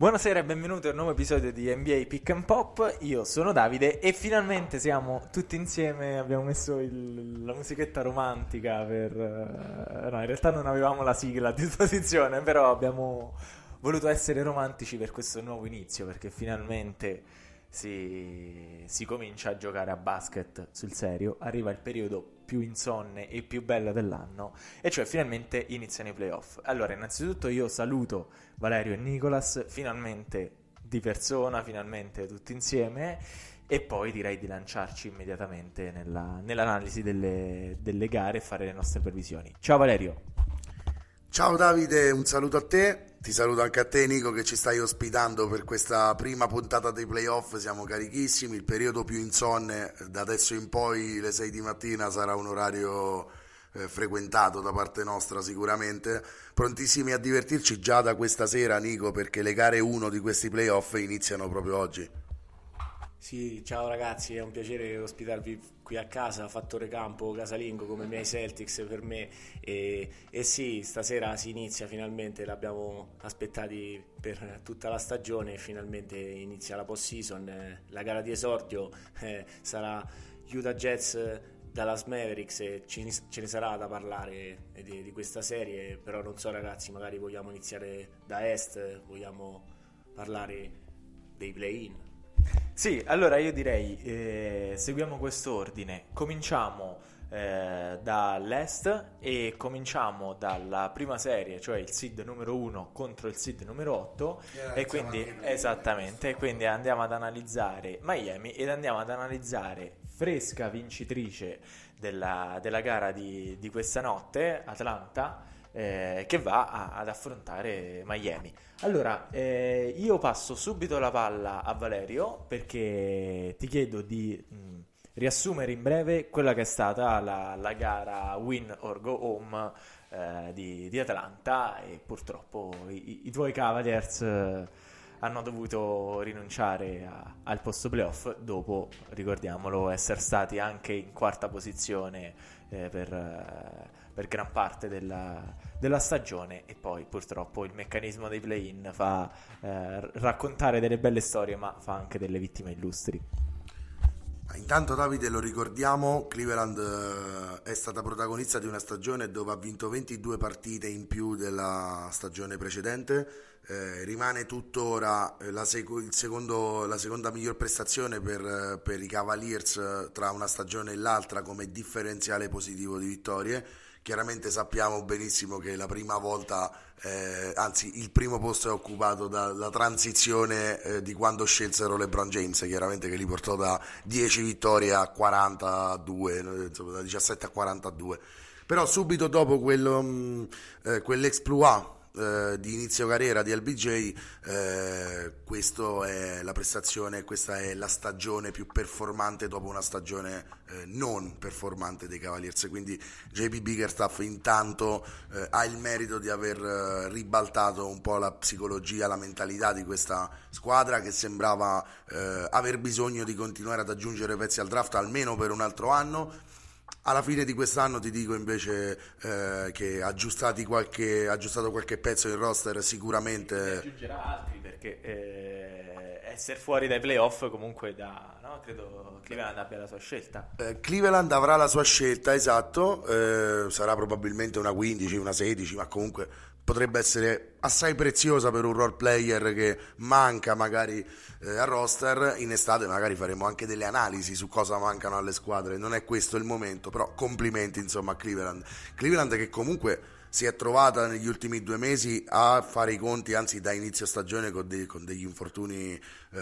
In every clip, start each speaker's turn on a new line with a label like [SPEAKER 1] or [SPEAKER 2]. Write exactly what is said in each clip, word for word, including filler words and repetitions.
[SPEAKER 1] Buonasera e benvenuti a un nuovo episodio di N B A Pick and Pop. Io sono Davide e finalmente siamo tutti insieme. Abbiamo messo il, la musichetta romantica per... Uh, no, in realtà non avevamo la sigla a disposizione, però abbiamo voluto essere romantici per questo nuovo inizio, perché finalmente si, si comincia a giocare a basket sul serio. Arriva il periodo più insonne e più bello dell'anno, e cioè finalmente iniziano i playoff. Allora, innanzitutto io saluto Valerio e Nicolas, finalmente di persona, finalmente tutti insieme, e poi direi di lanciarci immediatamente nella, nell'analisi delle, delle gare e fare le nostre previsioni. Ciao Valerio.
[SPEAKER 2] Ciao Davide, un saluto a te, ti saluto anche a te Nico che ci stai ospitando per questa prima puntata dei playoff. Siamo carichissimi, il periodo più insonne da adesso in poi, le sei di mattina, sarà un orario eh, frequentato da parte nostra sicuramente, prontissimi a divertirci già da questa sera Nico, perché le gare uno di questi playoff iniziano proprio oggi.
[SPEAKER 3] Sì, ciao ragazzi, è un piacere ospitarvi qui a casa, Fattore Campo, casalingo come i miei Celtics per me, e, e sì, stasera si inizia finalmente, l'abbiamo aspettati per tutta la stagione e finalmente inizia la post-season. Eh, la gara di esordio eh, sarà Utah Jazz Dallas Mavericks e ce ne, ce ne sarà da parlare di, di questa serie, però non so ragazzi, magari vogliamo iniziare da est, vogliamo parlare dei play-in.
[SPEAKER 1] Sì, allora io direi eh, seguiamo questo ordine. Cominciamo eh, dall'est e cominciamo dalla prima serie, cioè il seed numero uno contro il seed numero otto,
[SPEAKER 2] Eh,
[SPEAKER 1] e quindi esattamente, e quindi andiamo ad analizzare Miami ed andiamo ad analizzare fresca vincitrice della, della gara di, di questa notte, Atlanta, Eh, che va a, ad affrontare Miami. Allora, eh, io passo subito la palla a Valerio perché ti chiedo di mh, riassumere in breve quella che è stata la, la gara win or go home eh, di, di Atlanta, e purtroppo i, i tuoi Cavaliers eh, hanno dovuto rinunciare a, al posto playoff dopo, ricordiamolo, essere stati anche in quarta posizione eh, per... Eh, per gran parte della, della stagione, e poi purtroppo il meccanismo dei play-in fa eh, raccontare delle belle storie, ma fa anche delle vittime illustri.
[SPEAKER 2] Intanto Davide, lo ricordiamo, Cleveland eh, è stata protagonista di una stagione dove ha vinto ventidue partite in più della stagione precedente, eh, rimane tuttora eh, la, sec- il secondo, la seconda miglior prestazione per, per i Cavaliers eh, tra una stagione e l'altra come differenziale positivo di vittorie. Chiaramente sappiamo benissimo che la prima volta, eh, anzi il primo posto è occupato dalla transizione eh, di quando scelsero LeBron James, chiaramente, che li portò da dieci vittorie a quarantadue, insomma da diciassette a quarantadue. Però subito dopo quello, mh, eh, quell'exploit eh, di inizio carriera di L B J, eh, questa è la prestazione, questa è la stagione più performante dopo una stagione eh, non performante dei Cavaliers, quindi J P Bickerstaff intanto eh, ha il merito di aver eh, ribaltato un po' la psicologia, la mentalità di questa squadra che sembrava eh, aver bisogno di continuare ad aggiungere pezzi al draft almeno per un altro anno. Alla fine di quest'anno ti dico invece eh, che aggiustati qualche, aggiustato qualche pezzo in roster sicuramente
[SPEAKER 1] ne aggiungerà altri, perché eh, essere fuori dai playoff comunque da, no? Credo Cleveland abbia la sua scelta.
[SPEAKER 2] eh, Cleveland avrà la sua scelta, esatto, eh, sarà probabilmente una quindici, una sedici, ma comunque potrebbe essere assai preziosa per un role player che manca magari eh, al roster. In estate magari faremo anche delle analisi su cosa mancano alle squadre, non è questo il momento, però complimenti insomma a Cleveland. Cleveland che comunque si è trovata negli ultimi due mesi a fare i conti, anzi da inizio stagione, con, dei, con degli infortuni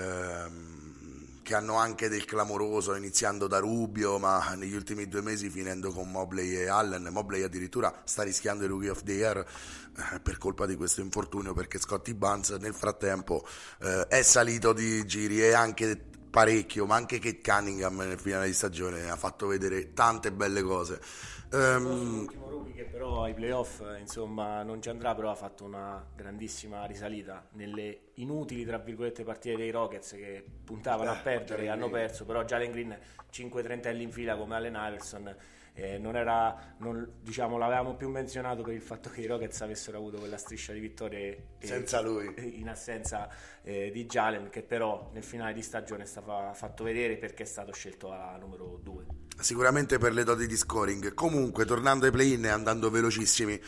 [SPEAKER 2] ehm, che hanno anche del clamoroso, iniziando da Rubio, ma negli ultimi due mesi finendo con Mobley e Allen. Mobley addirittura sta rischiando il Rookie of the Year eh, per colpa di questo infortunio, perché Scottie Barnes nel frattempo eh, è salito di giri, e anche parecchio, ma anche Kate Cunningham nel finale di stagione ha fatto vedere tante belle cose.
[SPEAKER 3] Um, l'ultimo rookie che però ai playoff insomma non ci andrà, però ha fatto una grandissima risalita nelle inutili tra virgolette partite dei Rockets che puntavano Beh, a perdere e hanno perso, però Jalen Green cinque trentelli in fila come Allen Iverson eh, non era, non, diciamo, l'avevamo più menzionato per il fatto che i Rockets avessero avuto quella striscia di vittorie eh,
[SPEAKER 2] senza lui,
[SPEAKER 3] in assenza eh, di Jalen, che però nel finale di stagione è stato fatto vedere perché è stato scelto a numero due.
[SPEAKER 2] Sicuramente per le doti di scoring. Comunque, tornando ai play-in e andando velocissimi,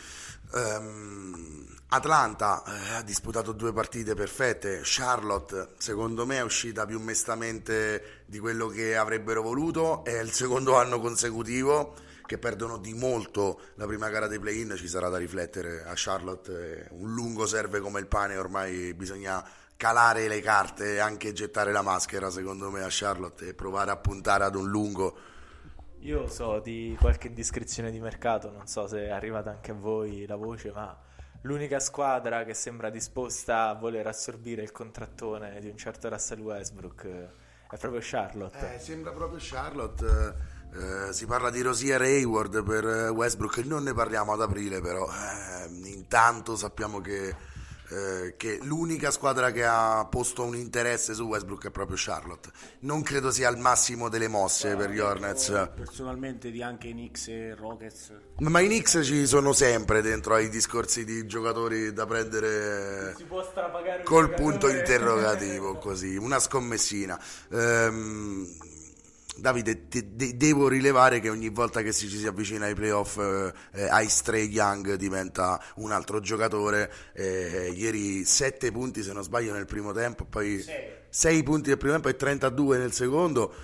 [SPEAKER 2] ehm, Atlanta eh, ha disputato due partite perfette. Charlotte, secondo me, è uscita più mestamente di quello che avrebbero voluto. È il secondo anno consecutivo che perdono di molto la prima gara dei play-in. Ci sarà da riflettere a Charlotte. Un lungo serve come il pane, ormai bisogna calare le carte e anche gettare la maschera, secondo me, a Charlotte e provare a puntare ad un lungo.
[SPEAKER 1] Io so di qualche indiscrezione di mercato, non so se è arrivata anche a voi la voce, ma l'unica squadra che sembra disposta a voler assorbire il contrattone di un certo Russell Westbrook è proprio Charlotte.
[SPEAKER 2] Eh, sembra proprio Charlotte. Eh, si parla di Rozier Hayward per Westbrook, non ne parliamo ad aprile, però eh, intanto sappiamo che Eh, che l'unica squadra che ha posto un interesse su Westbrook è proprio Charlotte. Non credo sia il massimo delle mosse ah, per gli Hornets.
[SPEAKER 3] Personalmente di anche i Knicks e Rockets.
[SPEAKER 2] Ma i Knicks ci sono sempre dentro ai discorsi di giocatori da prendere
[SPEAKER 1] si può strapagare
[SPEAKER 2] col punto interrogativo, così, una scommessina. Ehm Davide, te, de, devo rilevare che ogni volta che si, ci si avvicina ai playoff eh, Ice Trae Young diventa un altro giocatore. Eh, ieri sette punti se non sbaglio nel primo tempo, poi sei punti nel primo tempo e trentadue nel secondo.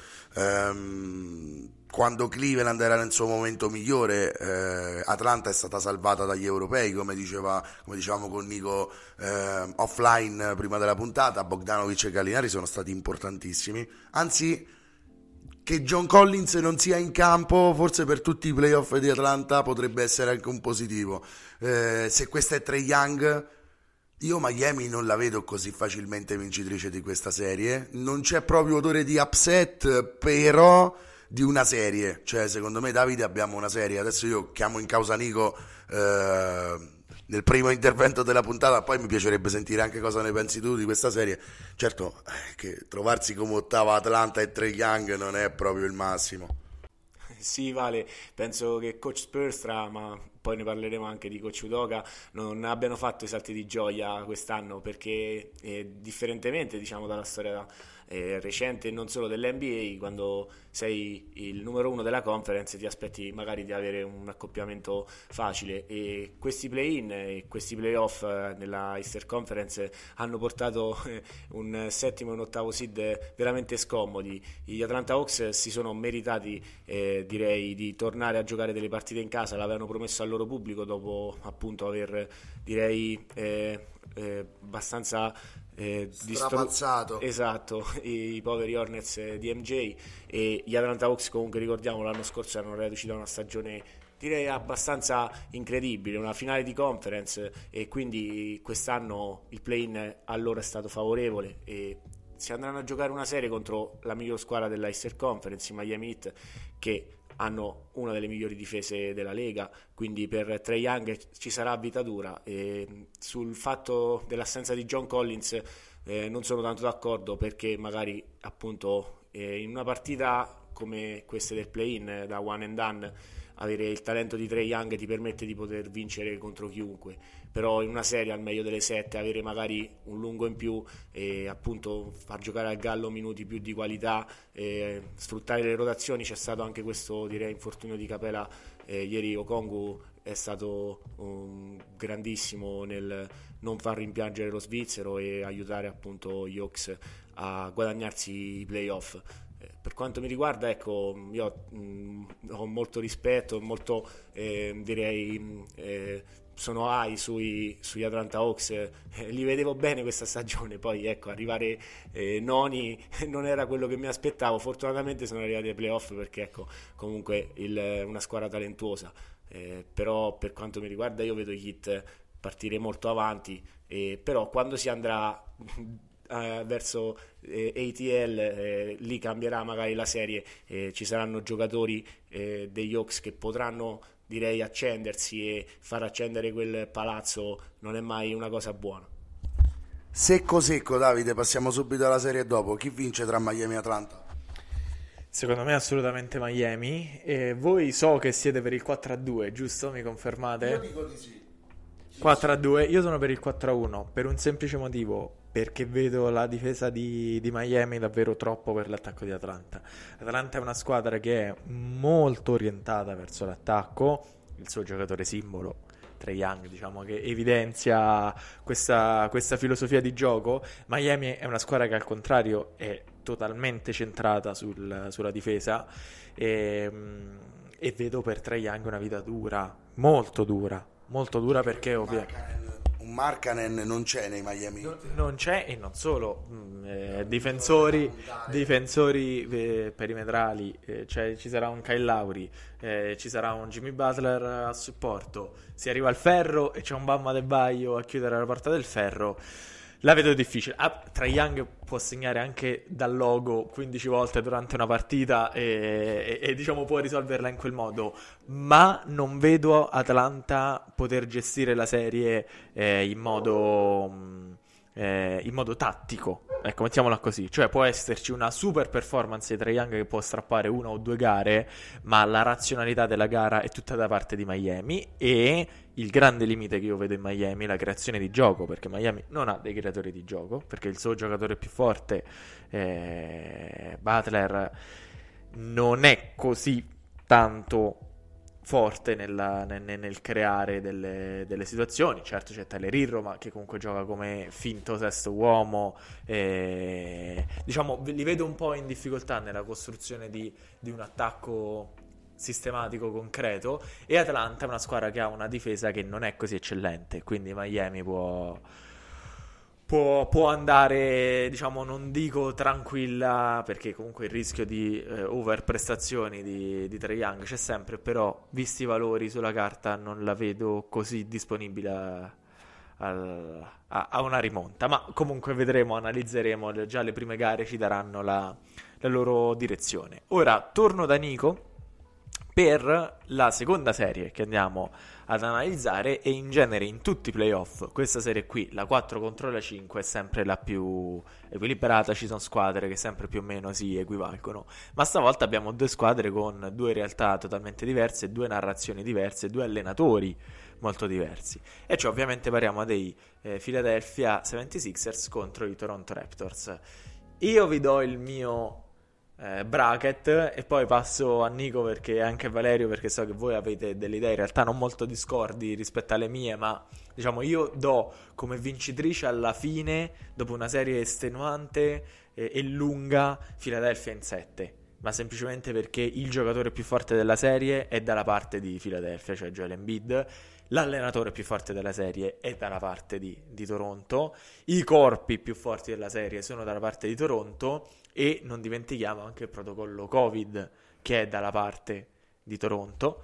[SPEAKER 2] Ehm, quando Cleveland era nel suo momento migliore, eh, Atlanta è stata salvata dagli europei, come diceva, come dicevamo con Nico eh, offline prima della puntata. Bogdanovic e Gallinari sono stati importantissimi, anzi che John Collins non sia in campo forse per tutti i playoff di Atlanta potrebbe essere anche un positivo. Eh, se questa è Trae Young, io Miami non la vedo così facilmente vincitrice di questa serie. Non c'è proprio odore di upset, però di una serie. Cioè, secondo me, Davide, abbiamo una serie. Adesso io chiamo in causa Nico eh, nel primo intervento della puntata, poi mi piacerebbe sentire anche cosa ne pensi tu di questa serie. Certo eh, che trovarsi come ottava Atlanta e Trae Young non è proprio il massimo.
[SPEAKER 3] Sì, Vale, penso che coach Spurstra, ma poi ne parleremo anche di coach Udoka, non abbiano fatto i salti di gioia quest'anno, perché eh, differentemente, diciamo, dalla storia eh, recente non solo dell'N B A, quando sei il numero uno della conference ti aspetti magari di avere un accoppiamento facile, e questi play-in e questi play-off eh, nella Eastern Conference hanno portato eh, un settimo e un ottavo seed veramente scomodi. Gli Atlanta Hawks si sono meritati eh, direi di tornare a giocare delle partite in casa, l'avevano promesso al loro pubblico dopo appunto aver direi eh, eh, abbastanza eh,
[SPEAKER 2] strapazzato
[SPEAKER 3] distru- esatto i, i poveri Hornets di M J. E gli Atlanta Hawks, comunque, ricordiamo, l'anno scorso erano reduci da una stagione direi abbastanza incredibile, una finale di conference, e quindi quest'anno il play-in a loro è stato favorevole e si andranno a giocare una serie contro la miglior squadra della Eastern Conference, i Miami Heat, che hanno una delle migliori difese della Lega, quindi per Trae Young ci sarà vita dura. E sul fatto dell'assenza di John Collins eh, non sono tanto d'accordo, perché magari appunto eh, in una partita come queste del play-in da one and done avere il talento di Trae Young ti permette di poter vincere contro chiunque, però in una serie al meglio delle sette avere magari un lungo in più e appunto far giocare al gallo minuti più di qualità, e sfruttare le rotazioni. C'è stato anche questo direi infortunio di Capela eh, ieri. Okongwu è stato um, grandissimo nel non far rimpiangere lo svizzero e aiutare appunto gli Hawks a guadagnarsi i playoff. Per quanto mi riguarda, ecco, io mh, ho molto rispetto, molto eh, direi eh, sono high sui, sugli Atlanta Hawks, eh, li vedevo bene questa stagione, poi ecco, arrivare eh, noni non era quello che mi aspettavo. Fortunatamente sono arrivati ai playoff, perché ecco, comunque il, una squadra talentuosa, eh, però per quanto mi riguarda io vedo gli Heat partire molto avanti, eh, però quando si andrà Uh, verso eh, A T L eh, lì cambierà magari la serie, eh, ci saranno giocatori eh, degli Hawks che potranno direi accendersi, e far accendere quel palazzo non è mai una cosa buona.
[SPEAKER 2] Secco secco, Davide, passiamo subito alla serie dopo. Chi vince tra Miami e Atlanta?
[SPEAKER 1] Secondo me assolutamente Miami. E voi so che siete per il quattro a due, giusto? Mi confermate?
[SPEAKER 2] Io dico di sì.
[SPEAKER 1] quattro a due, io sono per il quattro a uno per un semplice motivo, perché vedo la difesa di, di Miami davvero troppo per l'attacco di Atlanta. Atlanta è una squadra che è molto orientata verso l'attacco, il suo giocatore simbolo, Trae Young, diciamo che evidenzia questa, questa filosofia di gioco. Miami è una squadra che al contrario è totalmente centrata sul- sulla difesa e, e vedo per Trae Young una vita dura, molto dura. Molto dura perché ovviamente
[SPEAKER 2] Un Markkanen non c'è nei Miami.
[SPEAKER 1] non c'è, e non solo mh, eh, difensori difensori eh, perimetrali, eh, cioè ci sarà un Kyle Lowry, eh, ci sarà un Jimmy Butler a supporto, si arriva al ferro e c'è un Bam Adebayo a chiudere la porta del ferro. La vedo difficile. Ah, Trae Young può segnare anche dal logo quindici volte durante una partita e, e, e, diciamo può risolverla in quel modo, ma non vedo Atlanta poter gestire la serie eh, in modo mh, eh, in modo tattico, ecco, mettiamola così. Cioè può esserci una super performance di Trae Young che può strappare una o due gare, ma la razionalità della gara è tutta da parte di Miami, e il grande limite che io vedo in Miami è la creazione di gioco, perché Miami non ha dei creatori di gioco, perché il suo giocatore più forte, eh, Butler, non è così tanto forte nella- nel, nel creare delle, delle situazioni. Certo c'è Tyler Herro, ma che comunque gioca come finto sesto uomo, e, diciamo li vedo un po' in difficoltà nella costruzione di, di un attacco sistematico, concreto. E Atlanta è una squadra che ha una difesa che non è così eccellente, quindi Miami può può, può andare, diciamo, non dico tranquilla, perché comunque il rischio di eh, overprestazioni di, di Trae Young c'è sempre, però visti i valori sulla carta non la vedo così disponibile a, al- a- a una rimonta. Ma comunque vedremo, analizzeremo, le- già le prime gare ci daranno la, la loro direzione. Ora torno da Nico per la seconda serie che andiamo ad analizzare, e in genere in tutti i playoff questa serie qui, la quattro contro la cinque, è sempre la più equilibrata. Ci sono squadre che sempre più o meno si equivalgono, ma stavolta abbiamo due squadre con due realtà totalmente diverse, due narrazioni diverse, due allenatori molto diversi, e cioè ovviamente parliamo dei eh, Philadelphia seventy-sixers contro i Toronto Raptors. Io vi do il mio eh, bracket e poi passo a Nico, perché anche a Valerio, perché so che voi avete delle idee in realtà non molto discordi rispetto alle mie, ma diciamo io do come vincitrice alla fine, dopo una serie estenuante eh, e lunga, Philadelphia in sette, ma semplicemente perché il giocatore più forte della serie è dalla parte di Philadelphia, cioè Joel Embiid. L'allenatore più forte della serie è dalla parte di, di Toronto, i corpi più forti della serie sono dalla parte di Toronto, e non dimentichiamo anche il protocollo Covid che è dalla parte di Toronto.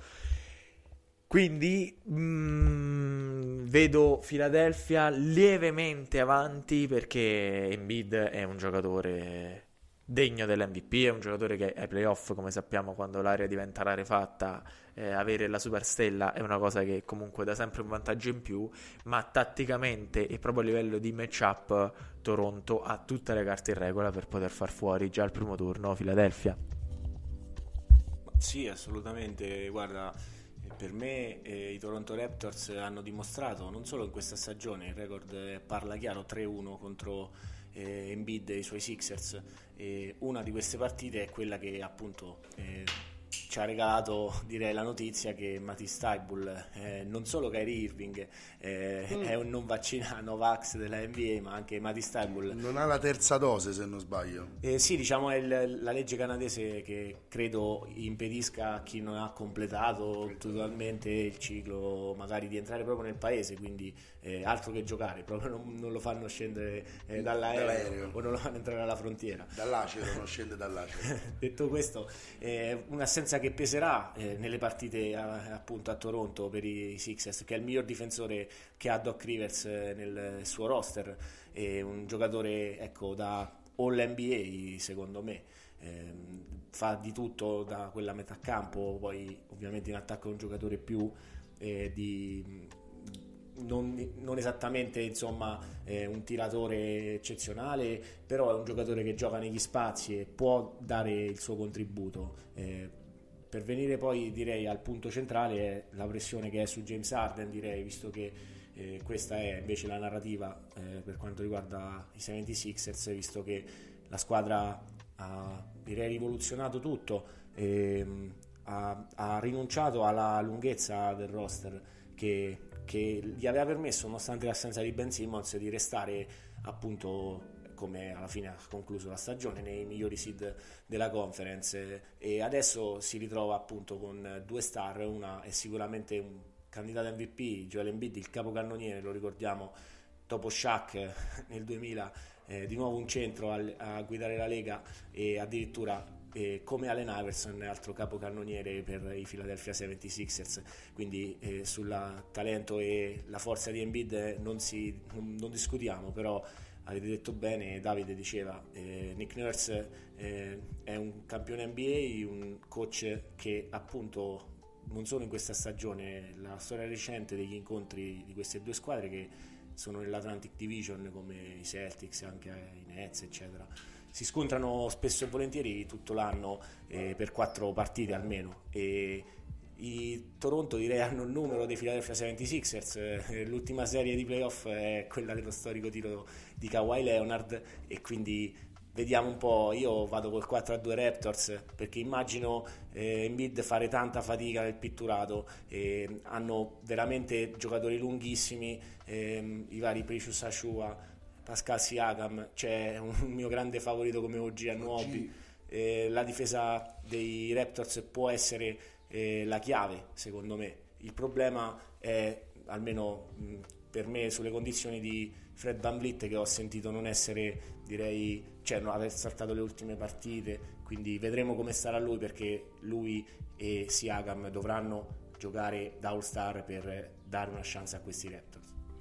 [SPEAKER 1] Quindi mm, vedo Philadelphia lievemente avanti, perché Embiid è un giocatore degno dell'M V P, è un giocatore che ai playoff, come sappiamo, quando l'area diventa rarefatta, eh, avere la superstella è una cosa che comunque dà sempre un vantaggio in più, ma tatticamente e proprio a livello di matchup Toronto ha tutte le carte in regola per poter far fuori già al primo turno Philadelphia.
[SPEAKER 3] Sì, assolutamente. Guarda, per me eh, i Toronto Raptors hanno dimostrato, non solo in questa stagione, il record eh, parla chiaro, tre uno contro eh, Embiid e i suoi Sixers, e una di queste partite è quella che appunto eh, ci ha regalato, direi, la notizia che Matisse Thybulle, eh, non solo Kyrie Irving eh, mm. è un non vaccinato, Novax della N B A, ma anche Matisse Thybulle
[SPEAKER 2] non ha la terza dose, se non sbaglio.
[SPEAKER 3] Eh, sì, diciamo è il- la legge canadese che credo impedisca a chi non ha completato totalmente il ciclo magari di entrare proprio nel paese, quindi eh, altro che giocare, proprio non, non lo fanno scendere eh, dall'aereo,
[SPEAKER 2] Dall'aereo.
[SPEAKER 3] o non lo fanno entrare alla frontiera.
[SPEAKER 2] Dall'acero, non scende dall'acero.
[SPEAKER 3] Detto questo, eh, un'assenza che peserà eh, nelle partite a- appunto a Toronto per i Sixers, che è il miglior difensore che ha Doc Rivers eh, nel suo roster, è un giocatore, ecco, da All N B A secondo me. Ehm, fa di tutto da quella metà campo, poi ovviamente in attacco è un giocatore più eh, di non, non esattamente insomma eh, un tiratore eccezionale, però è un giocatore che gioca negli spazi e può dare il suo contributo. Eh, per venire poi direi al punto centrale è la pressione che è su James Harden, direi, visto che eh, questa è invece la narrativa eh, per quanto riguarda i settantasei ers, visto che la squadra ha, direi, rivoluzionato tutto, e, ha, ha rinunciato alla lunghezza del roster che, che gli aveva permesso, nonostante l'assenza di Ben Simmons, di restare appunto, come alla fine ha concluso la stagione, nei migliori seed della conference, e adesso si ritrova appunto con due star. Una è sicuramente un candidato M V P, Joel Embiid, il capocannoniere, lo ricordiamo, dopo Shaq nel duemila, eh, di nuovo un centro a, a guidare la Lega, e addirittura eh, come Allen Iverson, altro capocannoniere per i Philadelphia settantasei ers. Quindi eh, sul talento e la forza di Embiid non, si, non, non discutiamo, però avete detto bene, Davide diceva, eh, Nick Nurse eh, è un campione N B A, un coach che appunto non solo in questa stagione, la storia recente degli incontri di queste due squadre che sono nell'Atlantic Division, come i Celtics, anche i Nets eccetera, si scontrano spesso e volentieri tutto l'anno eh, per quattro partite almeno, e i Toronto direi hanno il numero dei Philadelphia settantasei ers. Eh, l'ultima serie di playoff è quella dello storico tiro di Kawhi Leonard, e quindi vediamo un po'. Io vado col quattro a due Raptors, perché immagino eh, Embiid fare tanta fatica nel pitturato, eh, hanno veramente giocatori lunghissimi, eh, i vari Precious Achiuwa, Pascal Siakam, c'è un mio grande favorito come O G Anunoby. Eh, la difesa dei Raptors può essere eh, la chiave, secondo me. Il problema è, almeno mh, per me, sulle condizioni di Fred VanVleet, che ho sentito non essere, direi, cioè non aver saltato le ultime partite, quindi vedremo come starà lui, perché lui e Siakam dovranno giocare da All-Star per dare una chance a questi Raptors.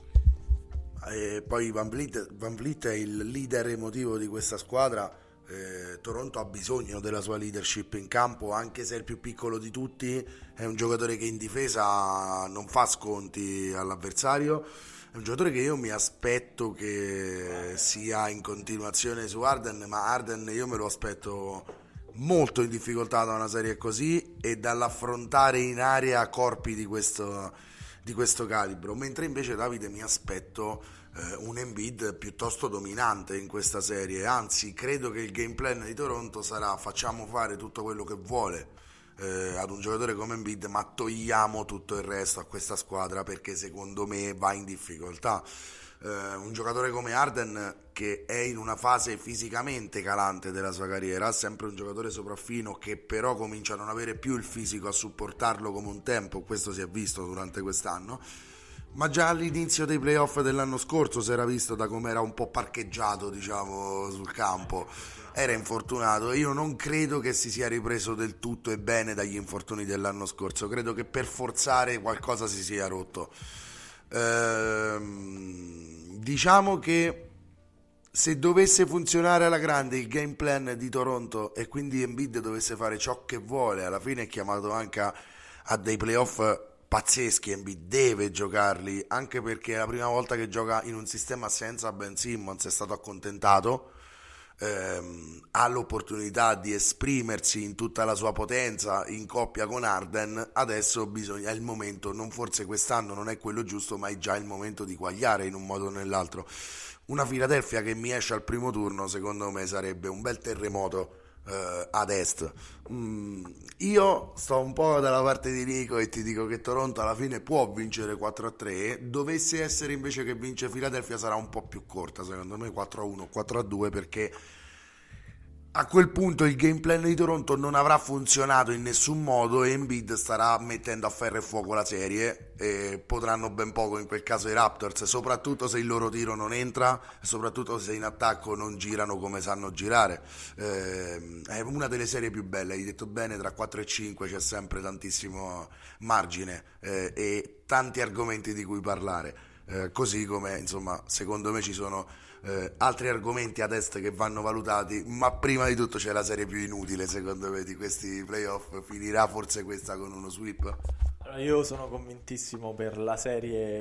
[SPEAKER 2] E poi VanVleet, VanVleet è il leader emotivo di questa squadra. Eh, Toronto ha bisogno della sua leadership in campo, anche se è il più piccolo di tutti. È un giocatore che in difesa non fa sconti all'avversario. È un giocatore che io mi aspetto che sia in continuazione su Harden, ma Harden io me lo aspetto molto in difficoltà da una serie così e dall'affrontare in area corpi di questo, di questo calibro, mentre invece Davide mi aspetto eh, un Embiid piuttosto dominante in questa serie. Anzi, credo che il game plan di Toronto sarà: facciamo fare tutto quello che vuole Eh, ad un giocatore come Embiid, ma togliamo tutto il resto a questa squadra, perché secondo me va in difficoltà. Eh, un giocatore come Harden, che è in una fase fisicamente calante della sua carriera, sempre un giocatore sopraffino che però comincia a non avere più il fisico a supportarlo come un tempo, questo si è visto durante quest'anno, ma già all'inizio dei playoff dell'anno scorso si era visto da come era un po' parcheggiato, diciamo, sul campo. Era infortunato e io non credo che si sia ripreso del tutto e bene dagli infortuni dell'anno scorso. Credo che per forzare qualcosa si sia rotto. Ehm, diciamo che se dovesse funzionare alla grande il game plan di Toronto e quindi Embiid dovesse fare ciò che vuole, alla fine è chiamato anche a, a dei playoff pazzeschi. Embiid deve giocarli, anche perché è la prima volta che gioca in un sistema senza Ben Simmons, è stato accontentato. Ehm, ha l'opportunità di esprimersi in tutta la sua potenza in coppia con Harden. Adesso bisogna, è il momento, non forse quest'anno non è quello giusto, ma è già il momento di quagliare in un modo o nell'altro. Una Philadelphia che mi esce al primo turno secondo me sarebbe un bel terremoto eh, ad est. mm, io sto un po' dalla parte di Nico e ti dico che Toronto alla fine può vincere quattro a tre. Dovesse essere invece che vince Philadelphia sarà un po' più corta, secondo me quattro a uno, quattro a due, perché a quel punto il game plan di Toronto non avrà funzionato in nessun modo e Embiid starà mettendo a ferro e fuoco la serie, e potranno ben poco in quel caso i Raptors, soprattutto se il loro tiro non entra e soprattutto se in attacco non girano come sanno girare. Eh, è una delle serie più belle, hai detto bene, tra quattro e cinque c'è sempre tantissimo margine eh, e tanti argomenti di cui parlare, eh, così come insomma secondo me ci sono Eh, altri argomenti ad est che vanno valutati, ma prima di tutto c'è la serie più inutile secondo me di questi playoff. Finirà forse questa con uno sweep?
[SPEAKER 1] Allora, io sono convintissimo per la serie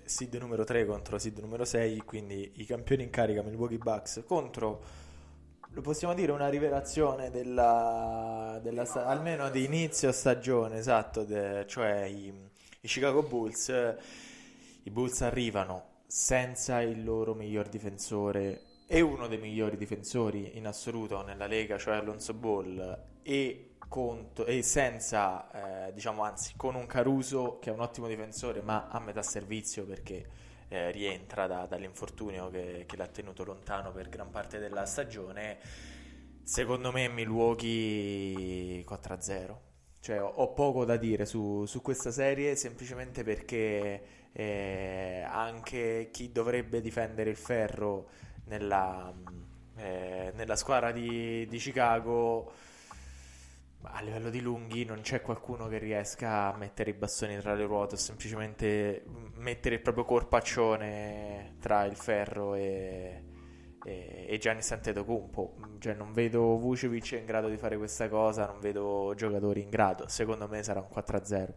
[SPEAKER 1] seed numero tre contro seed numero sei, quindi i campioni in carica Milwaukee Bucks contro, lo possiamo dire, una rivelazione della, della sta- almeno di inizio stagione, esatto, de- cioè i, i Chicago Bulls. I Bulls arrivano senza il loro miglior difensore e uno dei migliori difensori in assoluto nella Lega, cioè Alonzo Ball, e, conto, e senza, eh, diciamo, anzi, con un Caruso che è un ottimo difensore ma a metà servizio perché eh, rientra da, dall'infortunio che, che l'ha tenuto lontano per gran parte della stagione. Secondo me Milwaukee quattro a zero. Cioè, ho, ho poco da dire su, su questa serie, semplicemente perché eh, anche chi dovrebbe difendere il ferro nella, eh, nella squadra di, di Chicago, a livello di lunghi non c'è qualcuno che riesca a mettere i bastoni tra le ruote o semplicemente mettere il proprio corpaccione tra il ferro e, e, e Giannis Antetokounmpo. Cioè, non vedo Vucevic in grado di fare questa cosa, non vedo giocatori in grado. Secondo me sarà un quattro a zero.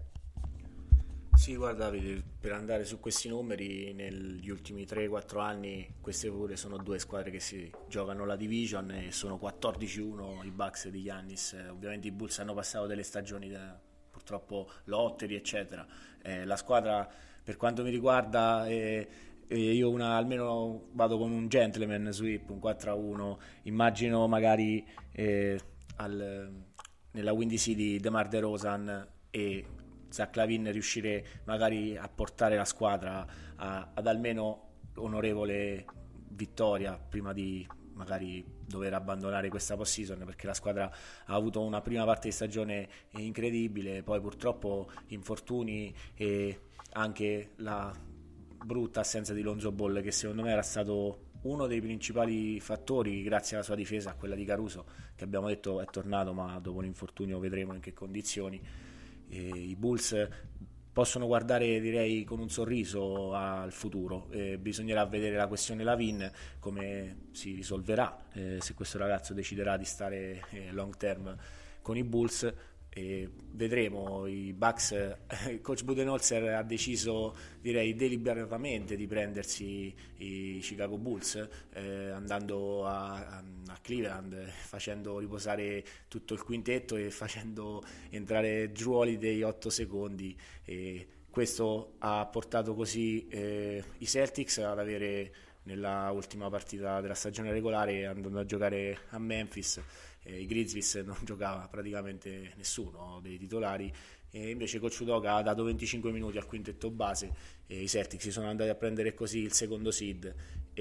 [SPEAKER 3] Sì, guarda Davide, per andare su questi numeri, negli ultimi tre quattro anni queste pure sono due squadre che si giocano la division e sono quattordici uno i Bucks di Giannis. Eh, ovviamente i Bulls hanno passato delle stagioni da, purtroppo lotteri eccetera. Eh, la squadra, per quanto mi riguarda, eh, eh, io una, almeno vado con un gentleman sweep, un quattro a uno. Immagino magari eh, al, nella Windy City DeMar DeRozan e Zach LaVine riuscire magari a portare la squadra a, ad almeno onorevole vittoria prima di magari dover abbandonare questa post-season, perché la squadra ha avuto una prima parte di stagione incredibile, poi purtroppo infortuni e anche la brutta assenza di Lonzo Ball, che secondo me era stato uno dei principali fattori, grazie alla sua difesa, quella di Caruso, che abbiamo detto è tornato ma dopo un infortunio vedremo in che condizioni. E i Bulls possono guardare, direi, con un sorriso al futuro. Eh, bisognerà vedere la questione Lavin come si risolverà, eh, se questo ragazzo deciderà di stare eh, long term con i Bulls. E vedremo. I Bucks, eh, coach Budenholzer ha deciso, direi deliberatamente, di prendersi i Chicago Bulls, eh, andando a, a Cleveland, facendo riposare tutto il quintetto e facendo entrare Jrue Holiday otto secondi, e questo ha portato così eh, i Celtics ad avere, nella ultima partita della stagione regolare, andando a giocare a Memphis, eh, i Grizzlies non giocava praticamente nessuno dei titolari, e invece Coach Udoka ha dato venticinque minuti al quintetto base e i Celtics si sono andati a prendere così il secondo seed,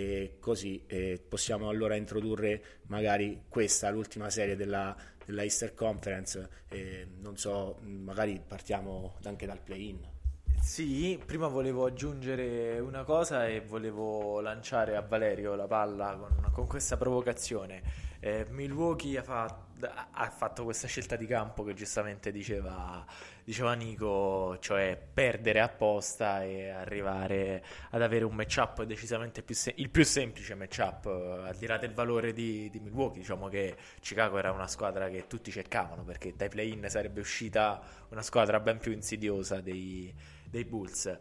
[SPEAKER 3] e così eh, possiamo allora introdurre magari questa, l'ultima serie della, della Eastern Conference. Eh, non so, magari partiamo anche dal play-in.
[SPEAKER 1] Sì, prima volevo aggiungere una cosa e volevo lanciare a Valerio la palla con, con questa provocazione. Eh, Milwaukee ha, fatto, ha fatto questa scelta di campo che giustamente diceva, diceva Nico, cioè perdere apposta e arrivare ad avere un matchup decisamente più se- il più semplice matchup, al di là del valore di, di Milwaukee. Diciamo che Chicago era una squadra che tutti cercavano, perché dai play-in sarebbe uscita una squadra ben più insidiosa dei dei Bulls.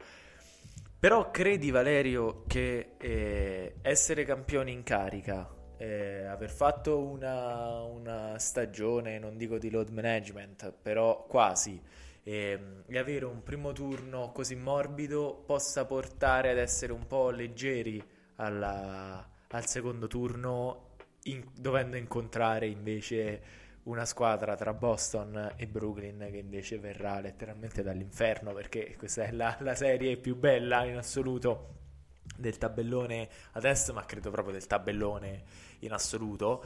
[SPEAKER 1] Però credi, Valerio, che eh, essere campioni in carica, eh, aver fatto una, una stagione, non dico di load management, però quasi, eh, e avere un primo turno così morbido possa portare ad essere un po' leggeri alla, al secondo turno, in, dovendo incontrare invece una squadra tra Boston e Brooklyn che invece verrà letteralmente dall'inferno, perché questa è la, la serie più bella in assoluto del tabellone ad est, ma credo proprio del tabellone in assoluto.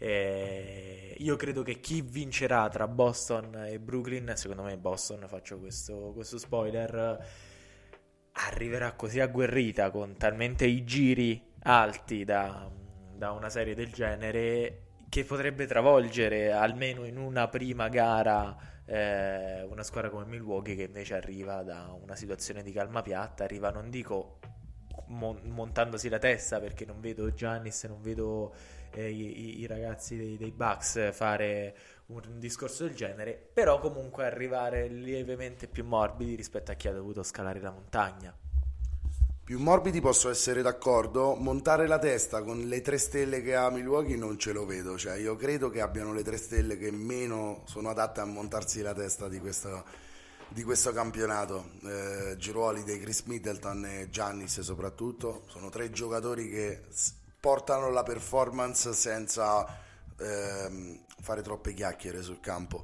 [SPEAKER 1] Eh, io credo che chi vincerà tra Boston e Brooklyn, secondo me Boston, faccio questo, questo spoiler, arriverà così agguerrita, con talmente i giri alti da, da una serie del genere, che potrebbe travolgere almeno in una prima gara eh, una squadra come Milwaukee, che invece arriva da una situazione di calma piatta, arriva, non dico mon- montandosi la testa, perché non vedo Giannis, non vedo eh, i-, i ragazzi dei-, dei Bucks fare un, un discorso del genere, però comunque arrivare lievemente più morbidi rispetto a chi ha dovuto scalare la montagna.
[SPEAKER 2] Più morbidi posso essere d'accordo, montare la testa con le tre stelle che ha Milwaukee non ce lo vedo, cioè io credo che abbiano le tre stelle che meno sono adatte a montarsi la testa di questo, di questo campionato. eh, Jrue Holiday, Chris Middleton e Giannis soprattutto, sono tre giocatori che s- portano la performance senza ehm, fare troppe chiacchiere sul campo.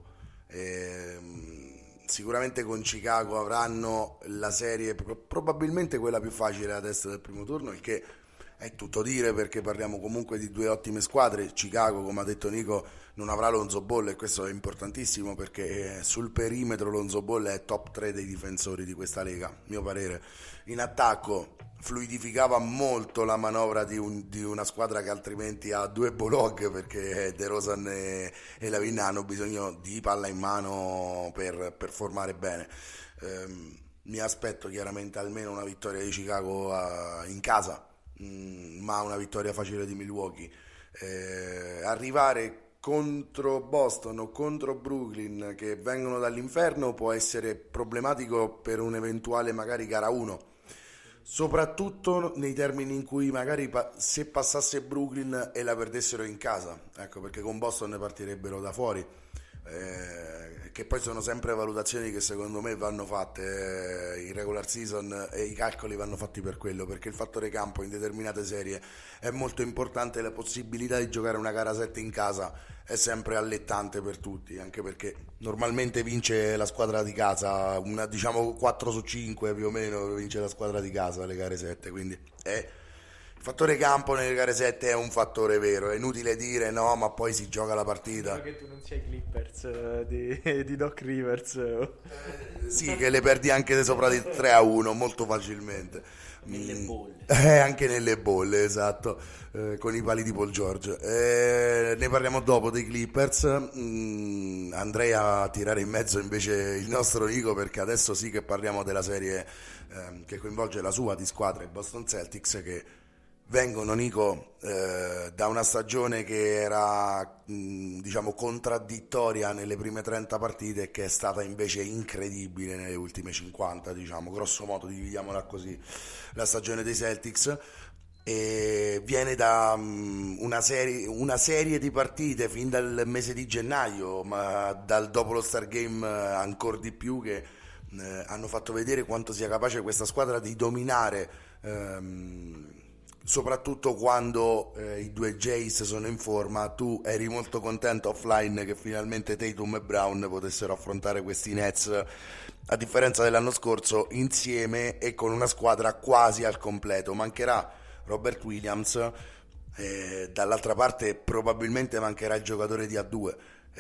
[SPEAKER 2] Ehm, Sicuramente con Chicago avranno la serie pro- probabilmente quella più facile a testa del primo turno, il che è tutto dire perché parliamo comunque di due ottime squadre. Chicago, come ha detto Nico, non avrà Lonzo Ball e questo è importantissimo perché sul perimetro Lonzo Ball è top tre dei difensori di questa lega, a mio parere. In attacco fluidificava molto la manovra di, un- di una squadra che altrimenti ha due Bolog, perché DeRozan e, e Lavin hanno bisogno di palla in mano per, per formare bene. Ehm, mi aspetto chiaramente almeno una vittoria di Chicago a- in casa, mm, ma una vittoria facile di Milwaukee. Eh, arrivare contro Boston o contro Brooklyn che vengono dall'inferno può essere problematico per un'eventuale magari gara uno, soprattutto nei termini in cui magari pa- se passasse Brooklyn e la perdessero in casa, ecco, perché con Boston ne partirebbero da fuori. Eh, che poi sono sempre valutazioni che secondo me vanno fatte, eh, in regular season, e i calcoli vanno fatti per quello, perché il fattore campo in determinate serie è molto importante. La possibilità di giocare una gara sette in casa è sempre allettante per tutti, anche perché normalmente vince la squadra di casa, una, diciamo quattro su cinque più o meno vince la squadra di casa le gare sette, quindi è il fattore campo nelle gare sette è un fattore vero, è inutile dire no, ma poi si gioca la partita.
[SPEAKER 1] Spero che tu non sia i Clippers eh, di, di Doc Rivers.
[SPEAKER 2] Sì, che le perdi anche sopra di tre a uno molto facilmente.
[SPEAKER 3] Nelle
[SPEAKER 2] Mm,
[SPEAKER 3] bolle.
[SPEAKER 2] eh, anche nelle bolle, esatto, eh, con i pali di Paul George. Eh, ne parliamo dopo dei Clippers. Mm, andrei a tirare in mezzo invece il nostro Nico, perché adesso sì che parliamo della serie ehm, che coinvolge la sua di squadra, i Boston Celtics, che vengono, Nico, eh, da una stagione che era, mh, diciamo, contraddittoria nelle prime trenta partite e che è stata invece incredibile nelle ultime cinquanta, diciamo, grosso modo dividiamola così, la stagione dei Celtics. E viene da mh, una serie, una serie di partite fin dal mese di gennaio, ma dal, dopo lo Star Game ancora di più, che eh, hanno fatto vedere quanto sia capace questa squadra di dominare, ehm, soprattutto quando eh, i due Jays sono in forma. Tu eri molto contento offline che finalmente Tatum e Brown potessero affrontare questi Nets, a differenza dell'anno scorso, insieme e con una squadra quasi al completo. Mancherà Robert Williams, eh, dall'altra parte probabilmente mancherà il giocatore di A due.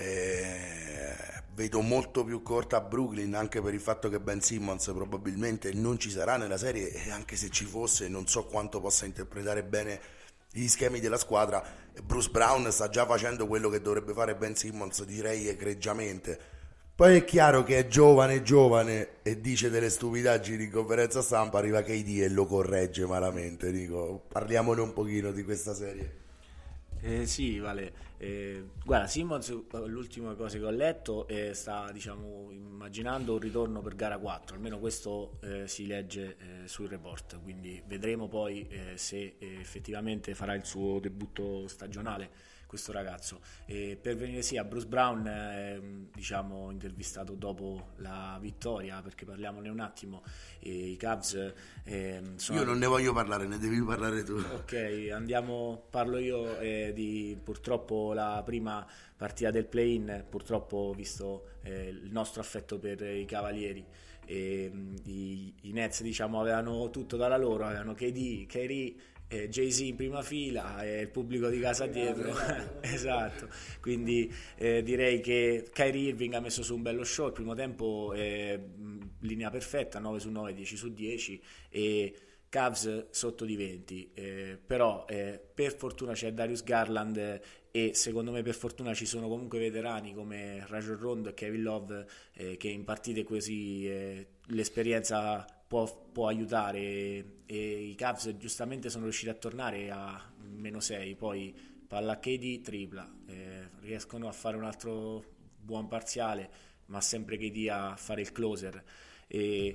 [SPEAKER 2] Eh, vedo molto più corta Brooklyn, anche per il fatto che Ben Simmons probabilmente non ci sarà nella serie, e anche se ci fosse non so quanto possa interpretare bene gli schemi della squadra. Bruce Brown sta già facendo quello che dovrebbe fare Ben Simmons, direi egregiamente. Poi è chiaro che è giovane giovane e dice delle stupidaggini in conferenza stampa, arriva K D e lo corregge malamente. Dico, parliamone un pochino di questa serie.
[SPEAKER 3] Eh, sì, vale. Eh, guarda, Simmons, l'ultima cosa che ho letto, eh, sta, diciamo, immaginando un ritorno per gara quattro, almeno questo eh, si legge eh, sul report, quindi vedremo poi eh, se eh, effettivamente farà il suo debutto stagionale questo ragazzo. E per venire sì a Bruce Brown, eh, diciamo, intervistato dopo la vittoria, perché parliamone un attimo, eh, i Cavs eh, sono...
[SPEAKER 2] Io non ne voglio parlare, ne devi parlare tu.
[SPEAKER 3] Ok, andiamo, parlo io eh, di purtroppo la prima partita del play-in, purtroppo visto eh, il nostro affetto per i Cavalieri. E, mh, i, i Nets, diciamo, avevano tutto dalla loro, avevano K D, Kyrie, eh, Jay-Z in prima fila e il pubblico di casa dietro. Esatto, quindi eh, direi che Kyrie Irving ha messo su un bello show. Il primo tempo eh, mh, linea perfetta, nove su nove, dieci su dieci, e Cavs sotto di venti, eh, però eh, per fortuna c'è Darius Garland, eh, e secondo me per fortuna ci sono comunque veterani come Rajon Rondo e Kevin Love, eh, che in partite così eh, l'esperienza può, può aiutare, e, e i Cavs giustamente sono riusciti a tornare a meno sei, poi palla K D, tripla, eh, riescono a fare un altro buon parziale, ma sempre K D a fare il closer. E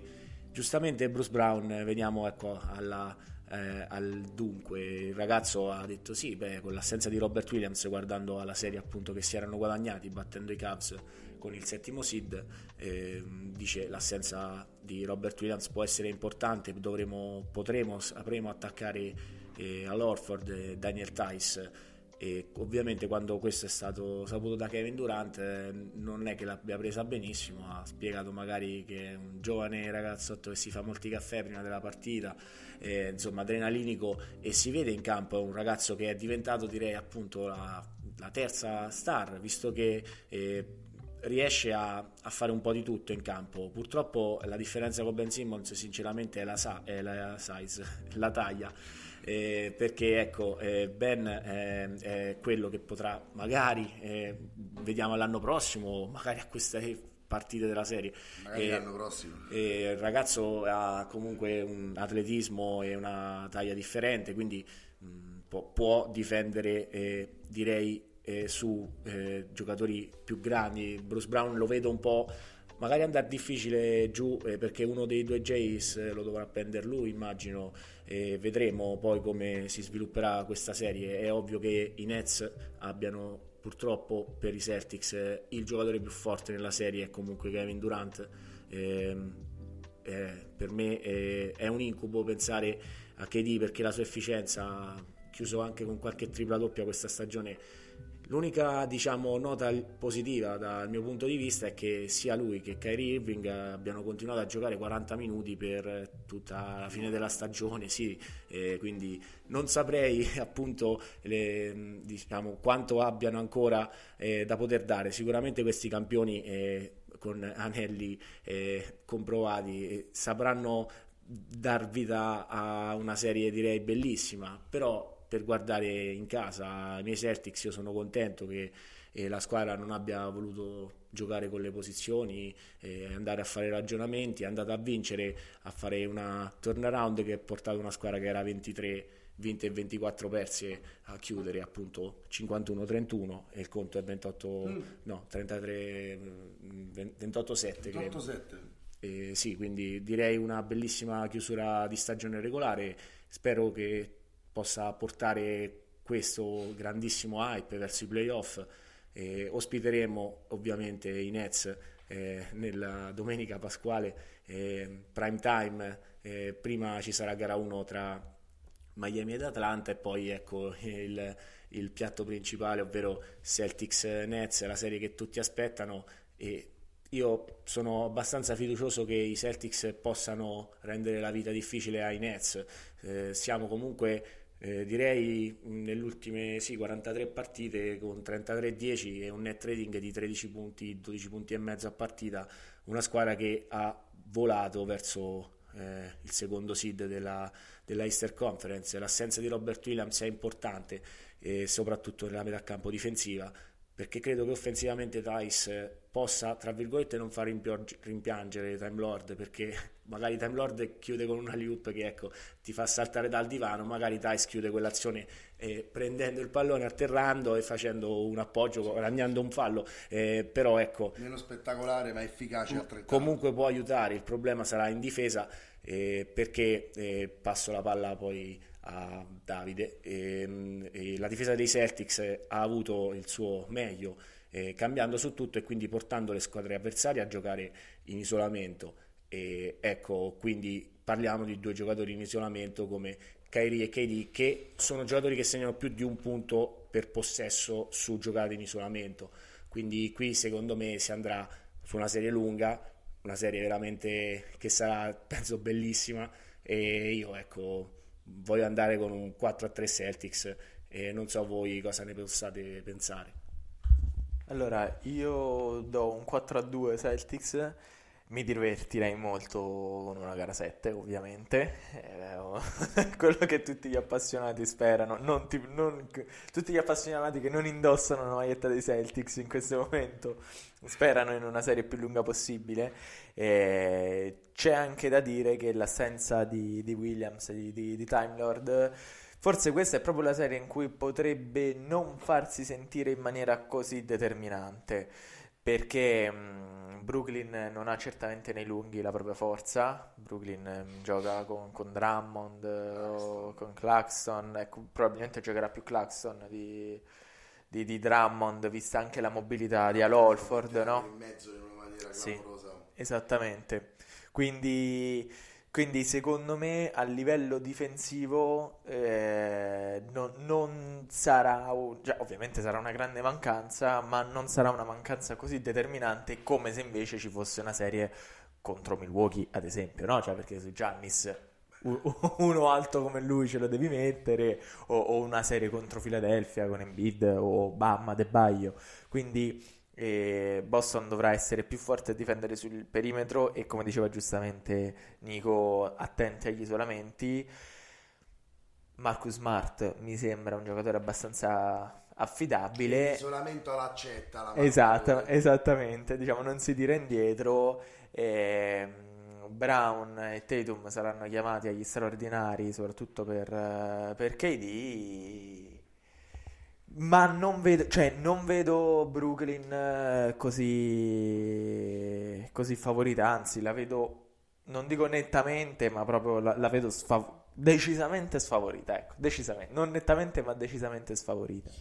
[SPEAKER 3] giustamente Bruce Brown, veniamo ecco alla, eh, al dunque. Il ragazzo ha detto sì, beh, con l'assenza di Robert Williams, guardando alla serie appunto che si erano guadagnati battendo i Cavs con il settimo seed, eh, dice l'assenza di Robert Williams può essere importante, dovremo, potremo, sapremo attaccare eh, all'Horford e Daniel Tice. E ovviamente quando questo è stato saputo da Kevin Durant, eh, non è che l'abbia presa benissimo, ha spiegato magari che è un giovane ragazzotto che si fa molti caffè prima della partita, eh, insomma adrenalinico, e si vede in campo, è un ragazzo che è diventato, direi appunto la, la terza star, visto che eh, riesce a, a fare un po' di tutto in campo. Purtroppo la differenza con Ben Simmons sinceramente è la, sa- è la size, la taglia. Eh, perché ecco eh, Ben eh, è quello che potrà magari eh, vediamo l'anno prossimo, magari a queste partite della serie,
[SPEAKER 2] magari
[SPEAKER 3] eh,
[SPEAKER 2] l'anno prossimo
[SPEAKER 3] eh, il ragazzo ha comunque un atletismo e una taglia differente, quindi mh, può, può difendere eh, direi eh, su eh, giocatori più grandi. Bruce Brown lo vedo un po' magari andare difficile giù, eh, perché uno dei due Jays eh, lo dovrà prendere lui, immagino, e vedremo poi come si svilupperà questa serie. È ovvio che i Nets abbiano purtroppo per i Celtics eh, il giocatore più forte nella serie è comunque Kevin Durant. eh, eh, per me eh, è un incubo pensare a K D, perché la sua efficienza, chiuso anche con qualche tripla doppia questa stagione. L'unica, diciamo, nota positiva dal mio punto di vista è che sia lui che Kyrie Irving abbiano continuato a giocare quaranta minuti per tutta la fine della stagione, sì, eh, quindi non saprei appunto le, diciamo, quanto abbiano ancora eh, da poter dare. Sicuramente questi campioni eh, con anelli eh, comprovati eh, sapranno dar vita a una serie, direi, bellissima, però per guardare in casa i miei Celtics io sono contento che eh, la squadra non abbia voluto giocare con le posizioni, eh, andare a fare ragionamenti, è andata a vincere, a fare una turnaround che ha portato una squadra che era ventitré vinte e ventiquattro perse a chiudere appunto cinquantuno trentuno, e il conto è ventotto mm. no trentatré ventotto sette
[SPEAKER 2] ventotto sette.
[SPEAKER 3] Eh, sì, quindi direi una bellissima chiusura di stagione regolare. Spero che possa portare questo grandissimo hype verso i playoff. Eh, ospiteremo ovviamente i Nets eh, nella domenica pasquale, eh, prime time, eh, prima ci sarà gara uno tra Miami ed Atlanta e poi ecco il, il piatto principale, ovvero Celtics Nets, la serie che tutti aspettano, e io sono abbastanza fiducioso che i Celtics possano rendere la vita difficile ai Nets. Eh, siamo comunque Eh, direi nelle ultime sì, quarantatré partite con trentatré dieci e un net rating di tredici punti, dodici punti e mezzo a partita, una squadra che ha volato verso eh, il secondo seed della, della Eastern Conference. L'assenza di Robert Williams è importante, eh, soprattutto nella metà campo difensiva, perché credo che offensivamente Tice possa, tra virgolette, non far rimpiangere Time Lord, perché magari Time Lord chiude con una alley-oop che ecco ti fa saltare dal divano, magari Tice chiude quell'azione eh, prendendo il pallone, atterrando e facendo un appoggio, guadagnando un fallo, eh, però ecco,
[SPEAKER 2] meno spettacolare ma efficace altrettanto.
[SPEAKER 3] Comunque può aiutare. Il problema sarà in difesa, eh, perché eh, passo la palla poi a Davide. E, e la difesa dei Celtics ha avuto il suo meglio, eh, cambiando su tutto e quindi portando le squadre avversarie a giocare in isolamento. E ecco, quindi parliamo di due giocatori in isolamento come Kyrie e K D, che sono giocatori che segnano più di un punto per possesso su giocate in isolamento. Quindi qui secondo me si andrà su una serie lunga, una serie veramente che sarà penso bellissima, e io ecco voglio andare con un quattro a tre Celtics, e non so voi cosa ne possiate pensare.
[SPEAKER 1] Allora, io do un quattro a due Celtics. Mi divertirei molto con una gara sette, ovviamente, eh, quello che tutti gli appassionati sperano, non ti- non- tutti gli appassionati che non indossano la maglietta dei Celtics in questo momento sperano in una serie più lunga possibile. Eh, c'è anche da dire che l'assenza di, di Williams, di, di, di Time Lord, forse questa è proprio la serie in cui potrebbe non farsi sentire in maniera così determinante. perché mh, Brooklyn non ha certamente nei lunghi la propria forza. Brooklyn mh, gioca con, con Drummond eh, o con Claxton, ecco, probabilmente giocherà più Claxton di, di, di Drummond, vista anche la mobilità di Al Horford, no?
[SPEAKER 2] In mezzo in una maniera
[SPEAKER 1] Sì,
[SPEAKER 2] clamorosa.
[SPEAKER 1] esattamente. Quindi, quindi secondo me a livello difensivo eh, non, non sarà, un- già, ovviamente sarà una grande mancanza, ma non sarà una mancanza così determinante come se invece ci fosse una serie contro Milwaukee, ad esempio, no? Cioè perché su Giannis u- uno alto come lui ce lo devi mettere, o, o una serie contro Philadelphia con Embiid o Bam Adebayo. Quindi e Boston dovrà essere più forte a difendere sul perimetro e come diceva giustamente Nico, attenti agli isolamenti. Marcus Smart mi sembra un giocatore abbastanza affidabile.
[SPEAKER 2] L'isolamento l'accetta la
[SPEAKER 1] Esatto,
[SPEAKER 2] Marcus.
[SPEAKER 1] esattamente, diciamo non si tira indietro. ehm, Brown e Tatum saranno chiamati agli straordinari, soprattutto per, eh, per K D. Ma non vedo, cioè, non vedo Brooklyn eh, così, così favorita, anzi, la vedo, non dico nettamente, ma proprio la, la vedo sfav- decisamente sfavorita, ecco, decisamente, non nettamente, ma decisamente sfavorita.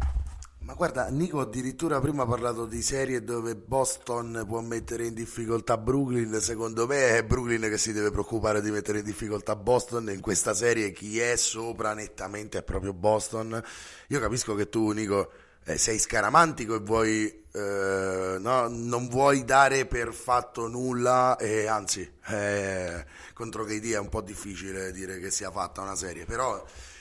[SPEAKER 2] Ma guarda, Nico addirittura prima ha parlato di serie dove Boston può mettere in difficoltà Brooklyn. Secondo me è Brooklyn che si deve preoccupare di mettere in difficoltà Boston. In questa serie chi è sopra nettamente è proprio Boston. Io capisco che tu, Nico, eh, sei scaramantico e vuoi, eh, no, non vuoi dare per fatto nulla, e anzi, eh, contro K D è un po' difficile dire che sia fatta una serie, però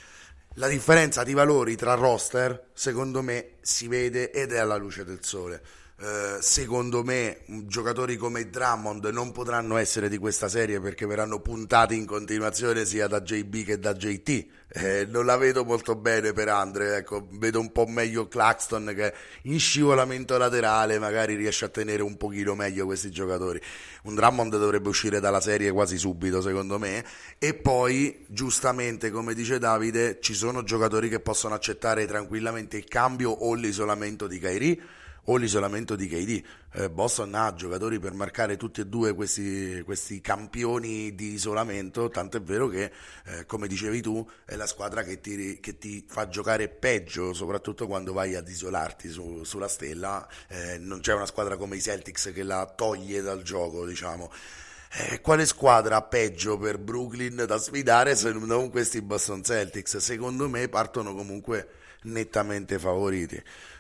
[SPEAKER 2] la differenza di valori tra roster, secondo me, si vede ed è alla luce del sole. Eh, secondo me, mh, giocatori come Drummond non potranno essere di questa serie perché verranno puntati in continuazione sia da J B che da J T. Eh, non la vedo molto bene per Andre, ecco, vedo un po' meglio Claxton che in scivolamento laterale magari riesce a tenere un pochino meglio questi giocatori. Un Drummond dovrebbe uscire dalla serie quasi subito, secondo me. E poi, giustamente, come dice Davide, ci sono giocatori che possono accettare tranquillamente il cambio o l'isolamento di Kyrie o l'isolamento di K D. Eh, Boston ha giocatori per marcare tutti e due questi, questi campioni di isolamento, tanto è vero che, eh, come dicevi tu, è la squadra che ti, che ti fa giocare peggio, soprattutto quando vai ad isolarti su- sulla stella. Eh, non c'è una squadra come i Celtics che la toglie dal gioco, diciamo. Eh, quale squadra peggio per Brooklyn da sfidare se non questi Boston Celtics? Secondo me partono comunque nettamente favoriti.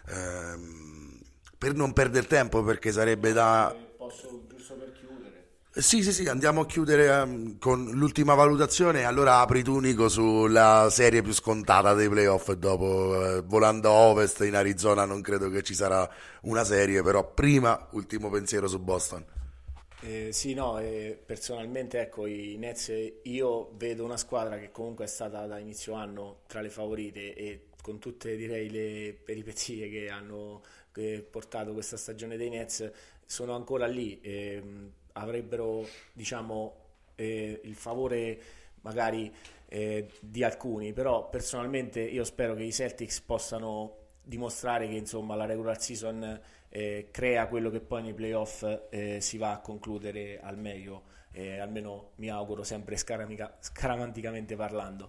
[SPEAKER 2] Ehm, per non perdere tempo, perché sarebbe da...
[SPEAKER 3] Posso, giusto per chiudere,
[SPEAKER 2] Sì, sì, sì, andiamo a chiudere ehm, con l'ultima valutazione. Allora apri tu, Nico, sulla serie più scontata dei playoff. Dopo, eh, volando a Ovest in Arizona, non credo che ci sarà una serie, però prima, ultimo pensiero su Boston.
[SPEAKER 3] Eh, sì, no, eh, personalmente ecco i Nets, eh, io vedo una squadra che comunque è stata da inizio anno tra le favorite e con tutte direi le peripezie che hanno che portato questa stagione dei Nets sono ancora lì, ehm, avrebbero diciamo eh, il favore magari eh, di alcuni, però personalmente io spero che i Celtics possano dimostrare che insomma la regular season eh, crea quello che poi nei playoff eh, si va a concludere al meglio, eh, almeno mi auguro, sempre scaramica- scaramanticamente parlando.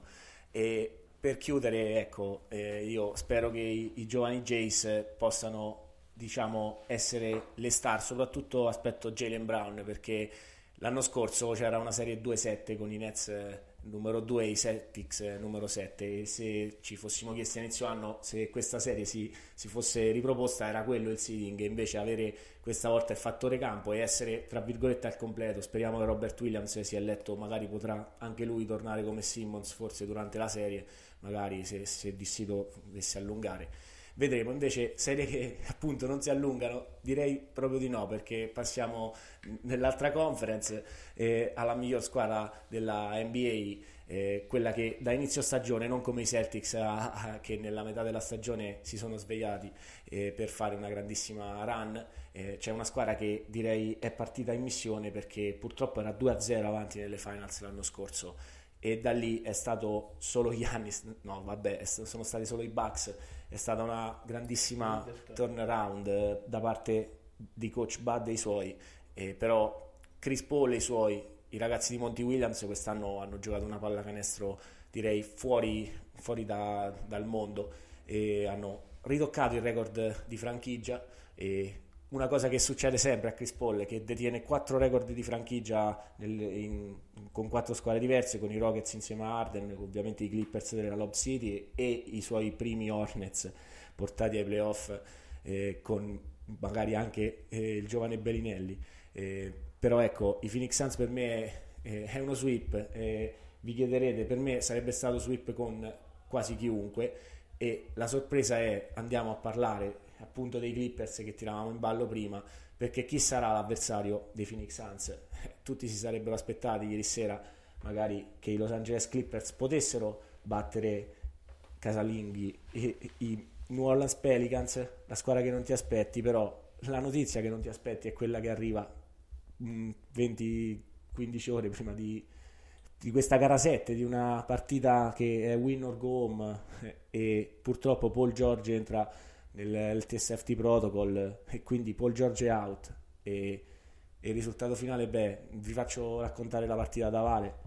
[SPEAKER 3] E per chiudere, ecco, eh, io spero che i, i giovani Jays possano, diciamo, essere le star, soprattutto aspetto Jaylen Brown, perché l'anno scorso c'era una serie due sette con i Nets eh, numero due e i Celtics eh, numero sette, e se ci fossimo chiesti a inizio anno se questa serie si, si fosse riproposta era quello il seeding, e invece avere questa volta il fattore campo e essere tra virgolette al completo, speriamo che Robert Williams si è letto, magari potrà anche lui tornare come Simmons forse durante la serie, magari se, se il dissito dovesse allungare. Vedremo. Invece serie che appunto non si allungano, direi proprio di no, perché passiamo nell'altra conference eh, alla miglior squadra della N B A, eh, quella che da inizio stagione, non come i Celtics a, a, che nella metà della stagione si sono svegliati eh, per fare una grandissima run, eh, c'è una squadra che direi è partita in missione perché purtroppo era due a zero avanti nelle finals l'anno scorso e da lì è stato solo Giannis, no vabbè, sono stati solo i Bucks, è stata una grandissima turnaround da parte di coach Bud e i suoi, eh, però Chris Paul e i suoi, i ragazzi di Monty Williams quest'anno hanno giocato una pallacanestro direi fuori, fuori da, dal mondo, e hanno ritoccato il record di franchigia. E una cosa che succede sempre a Chris Paul è che detiene quattro record di franchigia nel, in, con quattro squadre diverse, con i Rockets insieme a Harden, ovviamente i Clippers della Lob City e i suoi primi Hornets portati ai playoff, eh, con magari anche eh, il giovane Bellinelli. Eh, però ecco, i Phoenix Suns per me è, è, è uno sweep, eh, vi chiederete, per me sarebbe stato sweep con quasi chiunque, e la sorpresa è, andiamo a parlare appunto dei Clippers che tiravamo in ballo prima, perché chi sarà l'avversario dei Phoenix Suns? Tutti si sarebbero aspettati ieri sera magari che i Los Angeles Clippers potessero battere casalinghi i, i New Orleans Pelicans, la squadra che non ti aspetti, però la notizia che non ti aspetti è quella che arriva mh, venti quindici ore prima di, di questa gara sette, di una partita che è win or go home, e purtroppo Paul George entra nel T S F T protocol e quindi Paul George è out, e, e il risultato finale, beh, vi faccio raccontare la partita da Vale.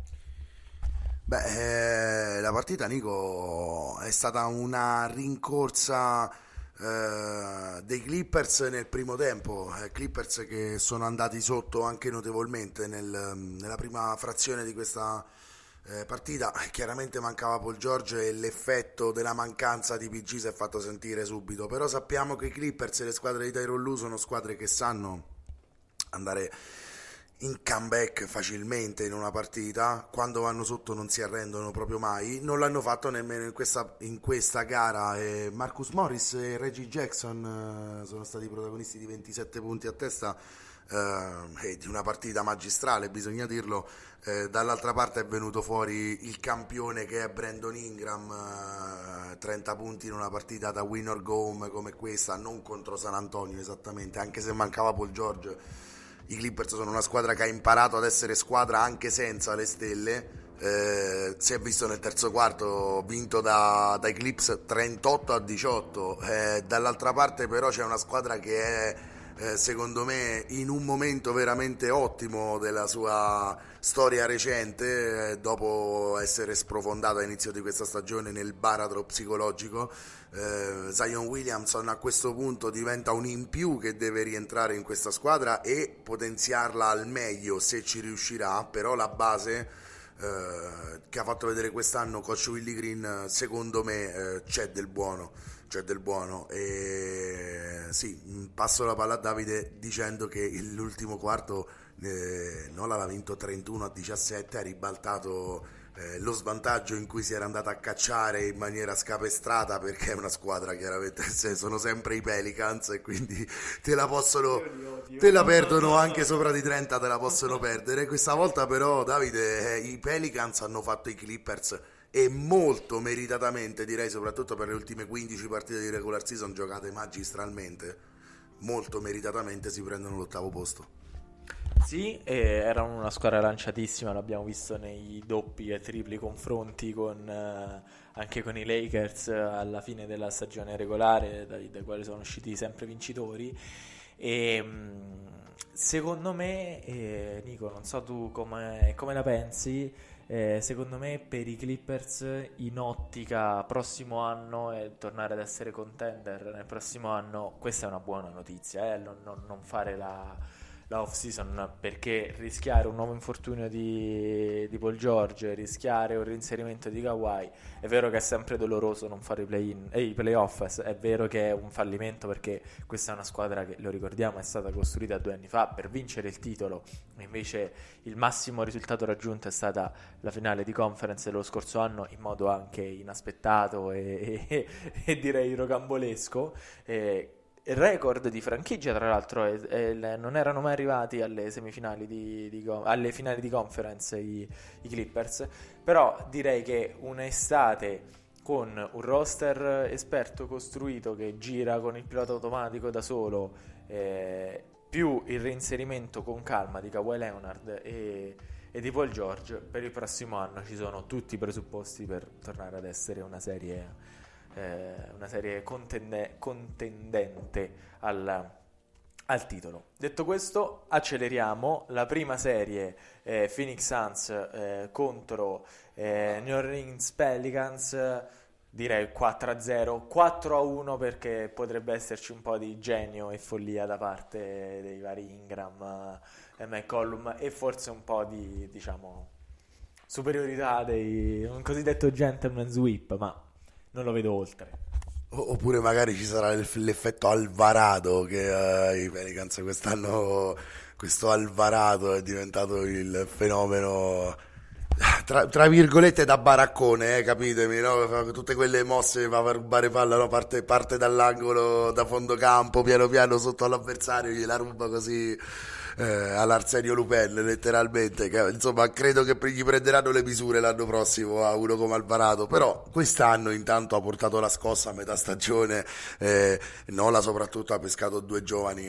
[SPEAKER 2] Beh, eh, la partita, Nico, è stata una rincorsa eh, dei Clippers nel primo tempo, eh, Clippers che sono andati sotto anche notevolmente nel, nella prima frazione di questa eh, partita. Chiaramente mancava Paul George e l'effetto della mancanza di P G si è fatto sentire subito, però sappiamo che i Clippers e le squadre di Tyronn Lue sono squadre che sanno andare in comeback facilmente in una partita, quando vanno sotto non si arrendono proprio mai, non l'hanno fatto nemmeno in questa, in questa gara. E Marcus Morris e Reggie Jackson eh, sono stati protagonisti di ventisette punti a testa eh, e di una partita magistrale, bisogna dirlo. Eh, dall'altra parte è venuto fuori il campione che è Brandon Ingram, eh, trenta punti in una partita da win or go home come questa, non contro San Antonio esattamente, anche se mancava Paul George. I Clippers sono una squadra che ha imparato ad essere squadra anche senza le stelle, eh, si è visto nel terzo quarto vinto da, dai Clips trentotto a diciotto, eh, dall'altra parte però c'è una squadra che è eh, secondo me in un momento veramente ottimo della sua storia recente, eh, dopo essere sprofondata all'inizio di questa stagione nel baratro psicologico. eh, Zion Williamson a questo punto diventa un in più che deve rientrare in questa squadra e potenziarla al meglio se ci riuscirà, però la base eh, che ha fatto vedere quest'anno coach Willie Green, secondo me eh, c'è del buono c'è del buono. E sì, passo la palla a Davide dicendo che l'ultimo quarto eh, Nola aveva vinto trentuno a diciassette, ha ribaltato eh, lo svantaggio in cui si era andata a cacciare in maniera scapestrata, perché è una squadra chiaramente, sono sempre i Pelicans e quindi te la possono te la perdono anche sopra di trenta, te la possono perdere. Questa volta però, Davide, eh, i Pelicans hanno fatto i Clippers, e molto meritatamente, direi, soprattutto per le ultime quindici partite di regular season giocate magistralmente, molto meritatamente si prendono l'ottavo posto.
[SPEAKER 1] Sì, e erano una squadra lanciatissima, l'abbiamo visto nei doppi e tripli confronti con, eh, anche con i Lakers alla fine della stagione regolare, dai, dai quali sono usciti sempre vincitori. E mh, secondo me, eh, Nico, non so tu come, come la pensi, eh, secondo me per i Clippers in ottica prossimo anno e tornare ad essere contender nel prossimo anno, questa è una buona notizia, eh, non, non, non fare la, la off season, perché rischiare un nuovo infortunio di, di Paul George, rischiare un reinserimento di Kawhi, è vero che è sempre doloroso non fare i play-in e eh, i playoff, è vero che è un fallimento, perché questa è una squadra che, lo ricordiamo, è stata costruita due anni fa per vincere il titolo, invece il massimo risultato raggiunto è stata la finale di conference dello scorso anno, in modo anche inaspettato e, e, e direi rocambolesco. eh, Il record di franchigia, tra l'altro, è, è, non erano mai arrivati alle semifinali di, di alle finali di conference i, i Clippers, però direi che un'estate con un roster esperto costruito che gira con il pilota automatico da solo, eh, più il reinserimento con calma di Kawhi Leonard e, e di Paul George, per il prossimo anno ci sono tutti i presupposti per tornare ad essere una serie Eh, una serie contende- contendente al, al titolo. Detto questo, acceleriamo la prima serie, eh, Phoenix Suns eh, contro eh, New Orleans Pelicans, eh, direi quattro a zero, quattro a uno perché potrebbe esserci un po' di genio e follia da parte dei vari Ingram e McCollum e forse un po' di, diciamo, superiorità dei un cosiddetto gentleman sweep, ma non lo vedo oltre.
[SPEAKER 2] Oppure magari ci sarà l'effetto Alvarado che eh, i Pelicans quest'anno, questo Alvarado è diventato il fenomeno tra, tra virgolette da baraccone, eh, capitemi, no? Fa tutte quelle mosse, va a rubare palla, no? parte, parte dall'angolo da fondo campo, piano piano sotto all'avversario, gliela ruba così eh, all'Arsenio Lupin letteralmente, che, insomma credo che gli prenderanno le misure l'anno prossimo a uno come Alvarado, però quest'anno intanto ha portato la scossa a metà stagione, eh, Nola soprattutto ha pescato due giovani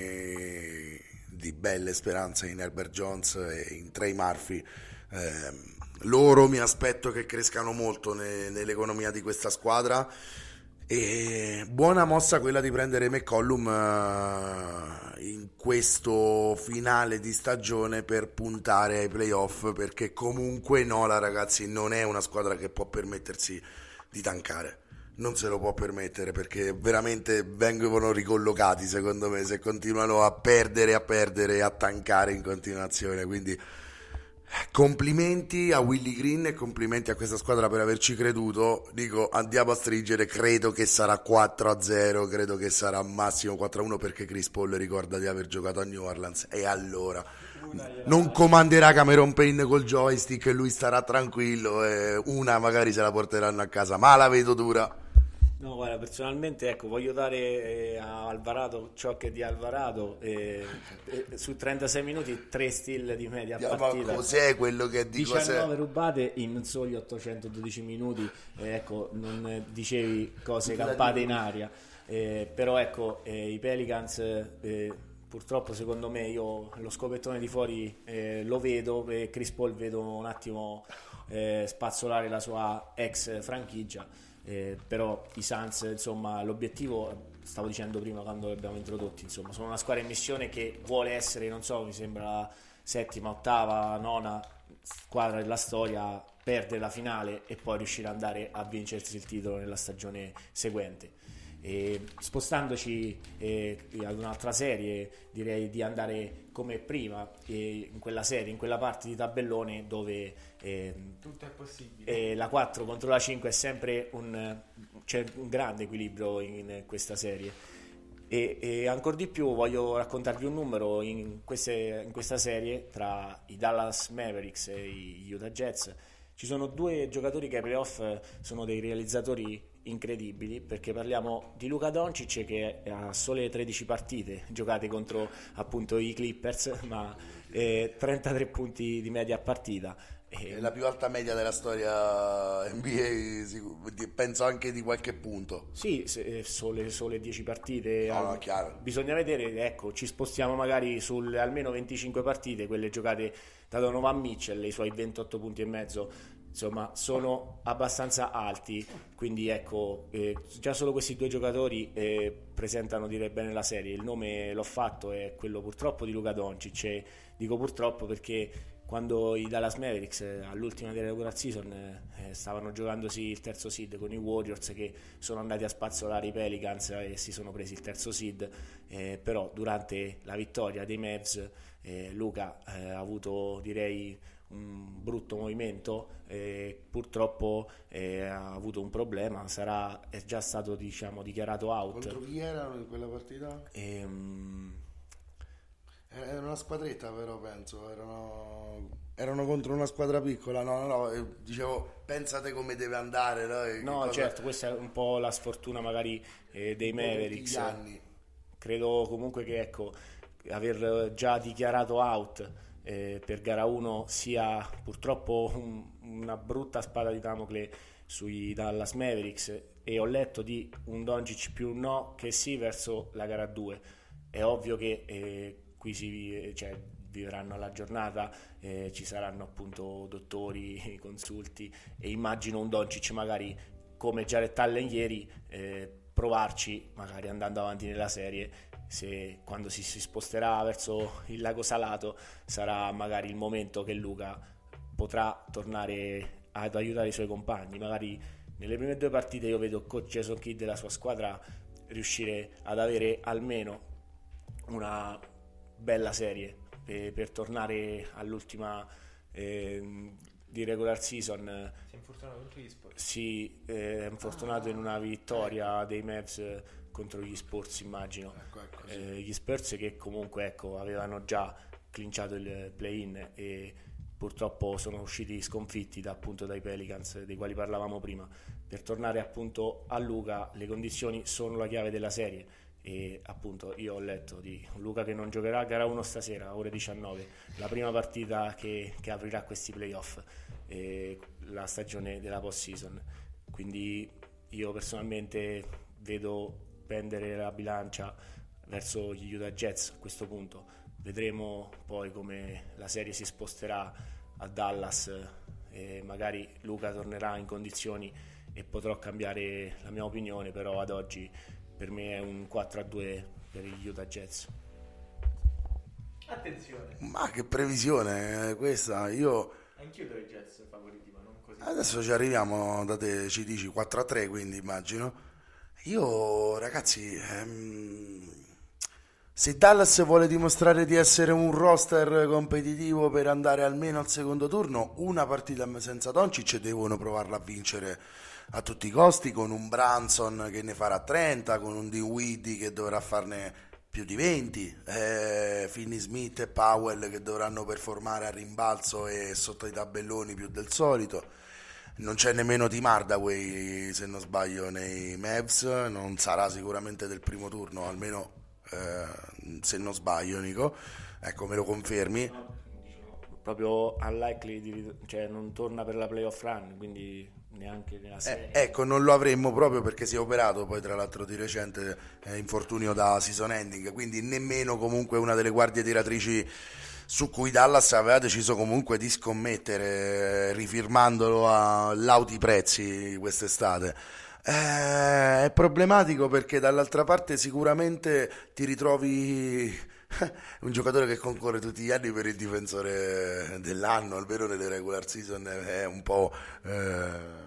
[SPEAKER 2] di belle speranze in Herbert Jones e in Trey Murphy. eh, loro mi aspetto che crescano molto ne, nell'economia di questa squadra. E buona mossa quella di prendere McCollum uh, in questo finale di stagione per puntare ai playoff, perché comunque Nola, ragazzi, non è una squadra che può permettersi di tankare, non se lo può permettere, perché veramente vengono ricollocati secondo me se continuano a perdere, a perdere e a tankare in continuazione. Quindi complimenti a Willie Green e complimenti a questa squadra per averci creduto. Dico, andiamo a stringere, credo che sarà quattro a zero, credo che sarà massimo quattro a uno, perché Chris Paul ricorda di aver giocato a New Orleans e allora non comanderà Cameron Payne col joystick e lui starà tranquillo, e una magari se la porteranno a casa, ma la vedo dura.
[SPEAKER 3] No, guarda, personalmente ecco, voglio dare eh, a Alvarado ciò che è di Alvarado, eh, eh, su trentasei minuti tre steal di media
[SPEAKER 2] Yeah,
[SPEAKER 3] partita.
[SPEAKER 2] ma cos'è quello che dico?
[SPEAKER 3] diciannove rubate in soli ottocentododici minuti, eh, ecco, non eh, dicevi cose campate in aria, eh, però ecco, eh, i Pelicans eh, purtroppo secondo me, io lo scopettone di fuori eh, lo vedo, e Chris Paul vedo un attimo eh, spazzolare la sua ex franchigia. Eh, però i Suns, insomma, l'obiettivo, stavo dicendo prima quando li abbiamo introdotti, insomma, sono una squadra in missione che vuole essere, non so, mi sembra la settima, ottava, nona squadra della storia, perdere la finale e poi riuscire ad andare a vincersi il titolo nella stagione seguente. E spostandoci eh, ad un'altra serie, direi di andare come prima eh, in quella serie, in quella parte di tabellone dove eh,
[SPEAKER 1] tutto è possibile.
[SPEAKER 3] Eh, la quattro contro la cinque è sempre un, c'è un grande equilibrio in, in questa serie. E, e ancora di più voglio raccontarvi un numero in, queste, in questa serie tra i Dallas Mavericks e gli Utah Jazz. Ci sono due giocatori che ai playoff sono dei realizzatori incredibili, perché parliamo di Luka Doncic che ha sole tredici partite giocate contro appunto i Clippers, ma eh, trentatré punti di media a partita.
[SPEAKER 2] È la più alta media della storia N B A, penso anche di qualche punto.
[SPEAKER 3] Sì, sole, sole dieci partite.
[SPEAKER 2] No, no, chiaro.
[SPEAKER 3] Bisogna vedere, ecco, ci spostiamo magari sulle almeno venticinque partite, quelle giocate da Donovan Mitchell, i suoi ventotto punti e mezzo, insomma, sono abbastanza alti. Quindi ecco, eh, già solo questi due giocatori eh, presentano, direi, bene la serie. Il nome l'ho fatto, è quello purtroppo di Luka Doncic, e dico purtroppo perché quando i Dallas Mavericks eh, all'ultima della regular season eh, stavano giocandosi il terzo seed con i Warriors, che sono andati a spazzolare i Pelicans e si sono presi il terzo seed, eh, però durante la vittoria dei Mavs eh, Luka eh, ha avuto, direi, un brutto movimento, eh, purtroppo eh, ha avuto un problema, sarà, è già stato, diciamo, dichiarato out.
[SPEAKER 2] Contro chi erano in quella partita?
[SPEAKER 3] Ehm...
[SPEAKER 2] Era una squadretta, però penso erano, erano contro una squadra piccola. No, no, no, eh, dicevo, pensate come deve andare, no? E
[SPEAKER 3] no
[SPEAKER 2] cosa...
[SPEAKER 3] certo, questa è un po' la sfortuna magari eh, dei Mavericks.
[SPEAKER 2] Anni.
[SPEAKER 3] Credo comunque che, ecco, aver già dichiarato out eh, per gara uno sia purtroppo un, una brutta spada di Damocle sui Dallas Mavericks, e ho letto di un Doncic più no che sì verso la gara due. È ovvio che eh, qui si cioè, vivranno alla giornata, eh, ci saranno appunto dottori, consulti, e immagino un Doncic magari come Jared Allen ieri eh, provarci magari andando avanti nella serie. Se quando si, si sposterà verso il lago salato sarà magari il momento che Luka potrà tornare ad aiutare i suoi compagni. Magari nelle prime due partite io vedo coach Jason Kidd e la sua squadra riuscire ad avere almeno una bella serie per, per tornare all'ultima eh, di regular season.
[SPEAKER 1] Si è infortunato contro gli Spurs.
[SPEAKER 3] Si è infortunato in una vittoria dei Mavs contro gli Spurs, immagino.
[SPEAKER 2] Ecco, ecco, sì.
[SPEAKER 3] eh, gli Spurs che comunque ecco avevano già clinciato il play-in e purtroppo sono usciti sconfitti da, appunto dai Pelicans dei quali parlavamo prima. Per tornare appunto a Luka, le condizioni sono la chiave della serie e appunto io ho letto di Luka che non giocherà gara uno stasera ore diciannove, la prima partita che, che aprirà questi playoff, eh, la stagione della post season. Quindi io personalmente vedo pendere la bilancia verso gli Utah Jazz a questo punto. Vedremo poi come la serie si sposterà a Dallas e magari Luka tornerà in condizioni e potrò cambiare la mia opinione, però ad oggi per me è un quattro a due per gli Utah Jazz.
[SPEAKER 1] Attenzione.
[SPEAKER 2] Ma che previsione questa, io...
[SPEAKER 1] Anch'io do i Jazz favoriti, ma non così.
[SPEAKER 2] Adesso ci arriviamo, da te ci dici quattro a tre, quindi immagino. Io, ragazzi, ehm, se Dallas vuole dimostrare di essere un roster competitivo per andare almeno al secondo turno, una partita senza Doncic devono provarla a vincere a tutti i costi, con un Brunson che ne farà trenta, con un Dinwiddie che dovrà farne più di venti, eh, Finney Smith e Powell che dovranno performare a rimbalzo e sotto i tabelloni più del solito. Non c'è nemmeno Tim Hardaway, se non sbaglio, nei Mavs, non sarà sicuramente del primo turno, almeno eh, se non sbaglio, Nico, ecco, me lo confermi?
[SPEAKER 3] Proprio unlikely, di, cioè non torna per la playoff run, quindi neanche nella serie.
[SPEAKER 2] Eh, ecco, non lo avremmo proprio perché si è operato poi tra l'altro di recente, eh, infortunio da season ending, quindi nemmeno comunque una delle guardie tiratrici su cui Dallas aveva deciso comunque di scommettere, rifirmandolo a lauti prezzi quest'estate. Eh, è problematico perché dall'altra parte sicuramente ti ritrovi un giocatore che concorre tutti gli anni per il difensore dell'anno, almeno nelle regular season è un po'... Eh,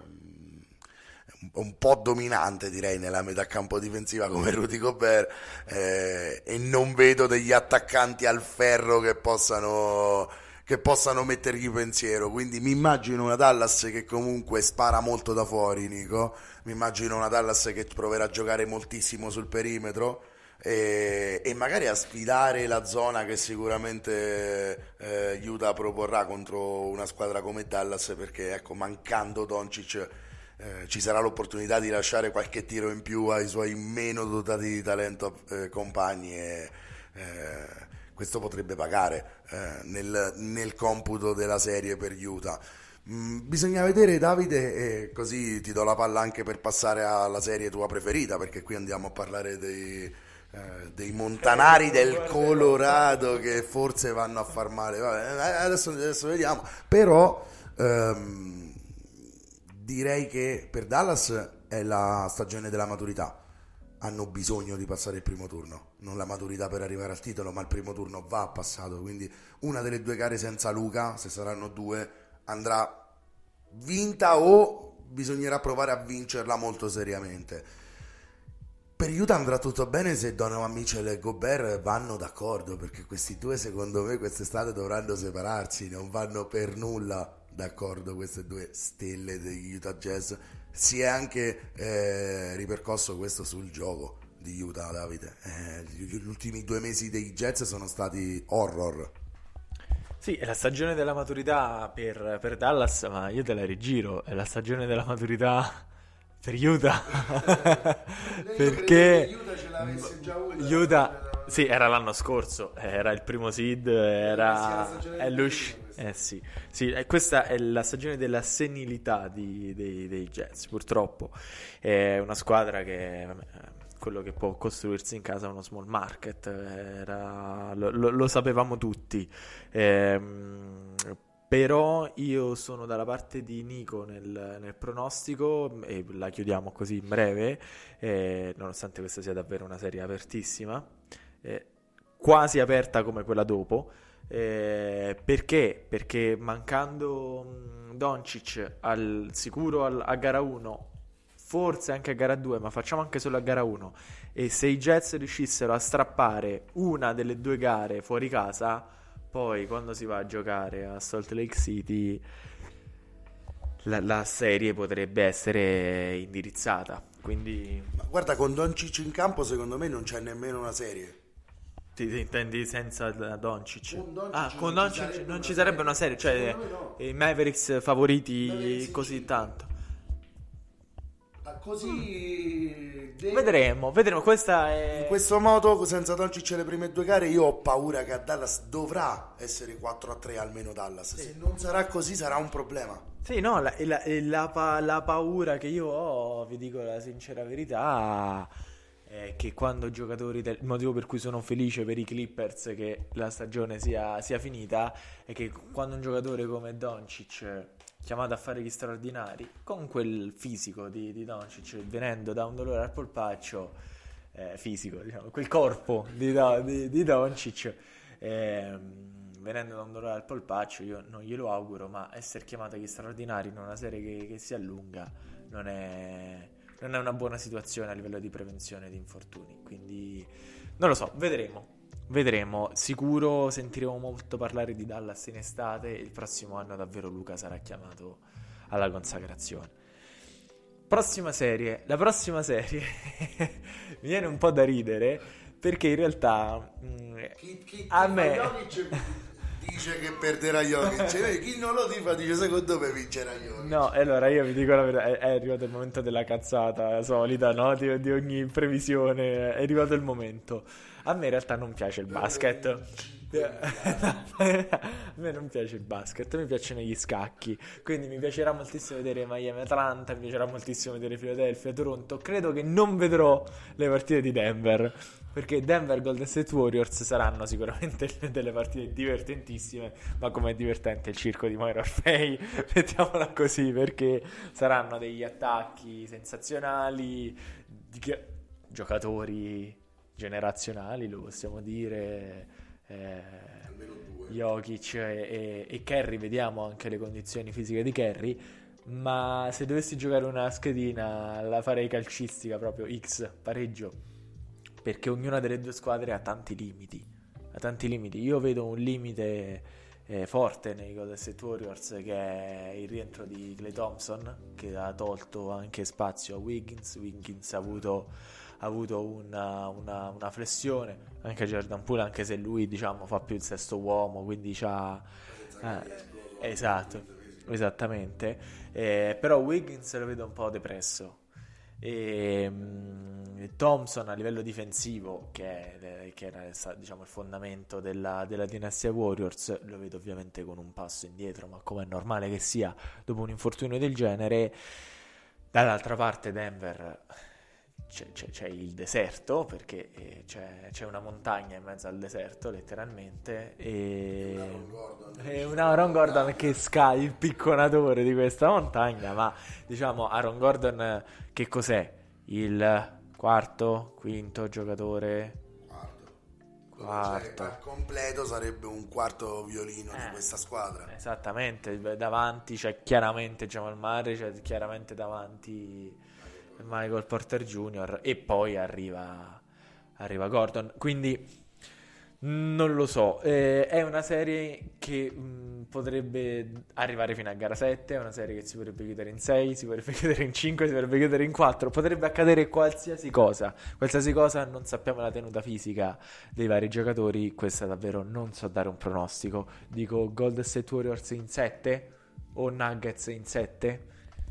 [SPEAKER 2] un po' dominante, direi, nella metà campo difensiva come Rudy Gobert, eh, e non vedo degli attaccanti al ferro che possano che possano mettergli pensiero, quindi mi immagino una Dallas che comunque spara molto da fuori, Nico, mi immagino una Dallas che proverà a giocare moltissimo sul perimetro e, e magari a sfidare la zona che sicuramente eh, Utah proporrà contro una squadra come Dallas, perché ecco, mancando Doncic Eh, ci sarà l'opportunità di lasciare qualche tiro in più ai suoi meno dotati di talento eh, compagni e eh, questo potrebbe pagare eh, nel, nel computo della serie per Utah. Mm, bisogna vedere, Davide, e così ti do la palla anche per passare alla serie tua preferita, perché qui andiamo a parlare dei, eh, dei montanari del Colorado che forse vanno a far male. Vabbè, adesso, adesso vediamo, però ehm, direi che per Dallas è la stagione della maturità. Hanno bisogno di passare il primo turno, non la maturità per arrivare al titolo, ma il primo turno va passato, quindi una delle due gare senza Luka, se saranno due, andrà vinta o bisognerà provare a vincerla molto seriamente. Per Utah andrà tutto bene se Donovan Mitchell e Gobert vanno d'accordo, perché questi due secondo me quest'estate dovranno separarsi, non vanno per nulla d'accordo queste due stelle degli Utah Jazz. Si è anche eh, ripercosso questo sul gioco di Utah, Davide. Eh, gli ultimi due mesi dei Jazz sono stati horror.
[SPEAKER 1] Sì, è la stagione della maturità per, per Dallas, ma io te la rigiro, è la stagione della maturità per Utah. Perché
[SPEAKER 2] Utah ce l'avesse già avuta.
[SPEAKER 1] Utah, sì, era l'anno scorso, era il primo seed, era è l'uscita. Eh sì, sì, e questa è la stagione della senilità di, dei, dei Jazz, purtroppo. È una squadra che, vabbè, quello che può costruirsi in casa è uno small market, era, lo, lo, lo sapevamo tutti. Ehm, però io sono dalla parte di Nico nel, nel pronostico, e la chiudiamo così in breve, eh, nonostante questa sia davvero una serie apertissima, eh, quasi aperta come quella dopo. Eh, perché? Perché mancando mh, Doncic al sicuro al- a gara uno, forse anche a gara due, ma facciamo anche solo a gara uno, e se i Jets riuscissero a strappare una delle due gare fuori casa, poi quando si va a giocare a Salt Lake City la, la serie potrebbe essere indirizzata. Quindi
[SPEAKER 2] Ma guarda, con Doncic in campo secondo me non c'è nemmeno una serie.
[SPEAKER 1] ti, ti intendi senza la Doncic?
[SPEAKER 2] Con Doncic
[SPEAKER 1] Ah, con
[SPEAKER 2] non ci
[SPEAKER 1] Doncic
[SPEAKER 2] sarebbe
[SPEAKER 1] non
[SPEAKER 2] una
[SPEAKER 1] ci sarebbe una serie, cioè
[SPEAKER 2] Secondo me no.
[SPEAKER 1] i Mavericks favoriti
[SPEAKER 2] Mavericks in
[SPEAKER 1] così
[SPEAKER 2] cinque.
[SPEAKER 1] tanto.
[SPEAKER 2] Ah, così de-
[SPEAKER 1] Vedremo, vedremo. Questa
[SPEAKER 2] in
[SPEAKER 1] è.
[SPEAKER 2] questo modo, senza Doncic le prime due gare, io ho paura che a Dallas dovrà essere quattro a tre almeno Dallas. Se non sarà così sarà un problema.
[SPEAKER 1] Sì, no, la, la- la pa- la paura che io ho, vi dico la sincera verità, è che quando giocatori, del, il motivo per cui sono felice per i Clippers che la stagione sia, sia finita, è che quando un giocatore come Doncic, chiamato a fare gli straordinari, con quel fisico di, di Doncic, venendo da un dolore al polpaccio, eh, fisico, diciamo, quel corpo di, Do- di, di Doncic, ehm, venendo da un dolore al polpaccio, io non glielo auguro, ma essere chiamato agli straordinari in una serie che, che si allunga non è, non è una buona situazione a livello di prevenzione di infortuni. Quindi non lo so, vedremo. Vedremo, sicuro sentiremo molto parlare di Dallas in estate. Il prossimo anno davvero Luca sarà chiamato alla consacrazione. Prossima serie, la prossima serie mi viene un po' da ridere perché in realtà mh,
[SPEAKER 2] Chi, chi,
[SPEAKER 1] a
[SPEAKER 2] chi
[SPEAKER 1] me
[SPEAKER 2] fa Jokic dice che perderà Jokic. Chi non lo tifa dice secondo me vincerà Jokic.
[SPEAKER 1] no, allora io vi dico la verità, è, è arrivato il momento della cazzata solita, no? Di, di ogni previsione, è arrivato il momento. A me in realtà non piace il basket. A me non piace il basket, mi piacciono gli scacchi. Quindi mi piacerà moltissimo vedere Miami Atlanta, mi piacerà moltissimo vedere Philadelphia Toronto. Credo che non vedrò le partite di Denver, perché Denver Golden State Warriors saranno sicuramente delle partite divertentissime, ma come è divertente il circo di Moira Orfei, mettiamola così, perché saranno degli attacchi sensazionali, di giocatori generazionali, lo possiamo dire, eh, Jokic e, e, e Curry. Vediamo anche le condizioni fisiche di Curry, ma se dovessi giocare una schedina la farei calcistica, proprio X, pareggio, perché ognuna delle due squadre ha tanti limiti, ha tanti limiti. Io vedo un limite eh, forte nei Golden State Warriors, che è il rientro di Klay Thompson, che ha tolto anche spazio a Wiggins. Wiggins ha avuto ha avuto una, una, una flessione, anche Jordan Poole, anche se lui diciamo fa più il sesto uomo, quindi c'ha eh, esatto, esattamente, eh, però Wiggins lo vedo un po' depresso, e mh, Thompson a livello difensivo, che, è, che era diciamo il fondamento della, della dinastia Warriors, lo vedo ovviamente con un passo indietro, ma come è normale che sia dopo un infortunio del genere. Dall'altra parte Denver C'è, c'è, c'è il deserto, perché eh, c'è, c'è una montagna in mezzo al deserto letteralmente, e e un Aaron Gordon che sca il picconatore di questa montagna. Ma diciamo Aaron Gordon che cos'è? Il quarto, quinto giocatore?
[SPEAKER 2] Quarto. Cioè, al completo sarebbe un quarto violino
[SPEAKER 1] eh,
[SPEAKER 2] di questa squadra.
[SPEAKER 1] Esattamente, davanti c'è chiaramente Jamal Murray, c'è chiaramente davanti Michael Porter Junior, e poi arriva arriva Gordon. Quindi non lo so, eh, è una serie che mh, potrebbe arrivare fino a gara sette, è una serie che si potrebbe chiudere in sei, si potrebbe chiudere in cinque, si potrebbe chiudere in quattro, potrebbe accadere qualsiasi cosa, qualsiasi cosa. Non sappiamo la tenuta fisica dei vari giocatori, questa davvero non so dare un pronostico. Dico Golden State Warriors in sette o Nuggets in sette.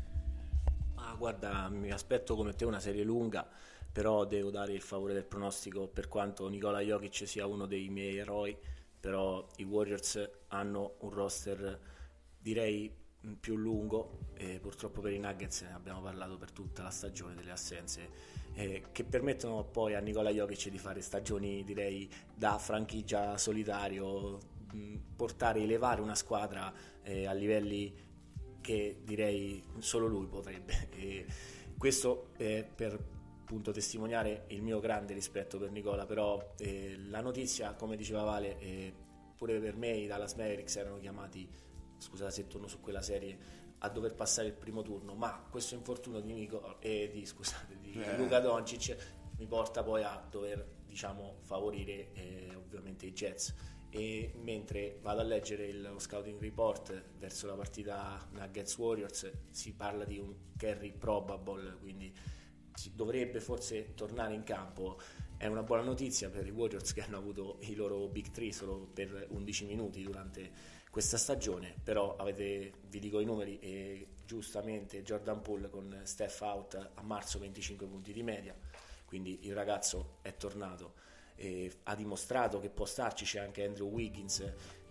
[SPEAKER 3] Guarda, mi aspetto come te una serie lunga, però devo dare il favore del pronostico, per quanto Nikola Jokic sia uno dei miei eroi, però i Warriors hanno un roster direi più lungo, e purtroppo per i Nuggets ne abbiamo parlato per tutta la stagione delle assenze, eh, che permettono poi a Nikola Jokic di fare stagioni direi da franchigia solitario mh, portare, elevare una squadra eh, a livelli che direi solo lui potrebbe. E questo è per appunto testimoniare il mio grande rispetto per Nicola, però eh, la notizia, come diceva Vale, eh, pure per me i Dallas Mavericks erano chiamati, scusate se torno su quella serie, a dover passare il primo turno, ma questo infortunio di, Nico, eh, di, scusate, di eh. Luka Doncic mi porta poi a dover, diciamo, favorire eh, ovviamente i Jazz. E mentre vado a leggere lo scouting report verso la partita Nuggets Warriors si parla di un carry probable, quindi si dovrebbe forse tornare in campo. È una buona notizia per i Warriors che hanno avuto i loro big three solo per undici minuti durante questa stagione, però avete, vi dico i numeri, e giustamente Jordan Poole con Steph out a marzo venticinque punti di media, quindi il ragazzo è tornato. E ha dimostrato che può starci, c'è anche Andrew Wiggins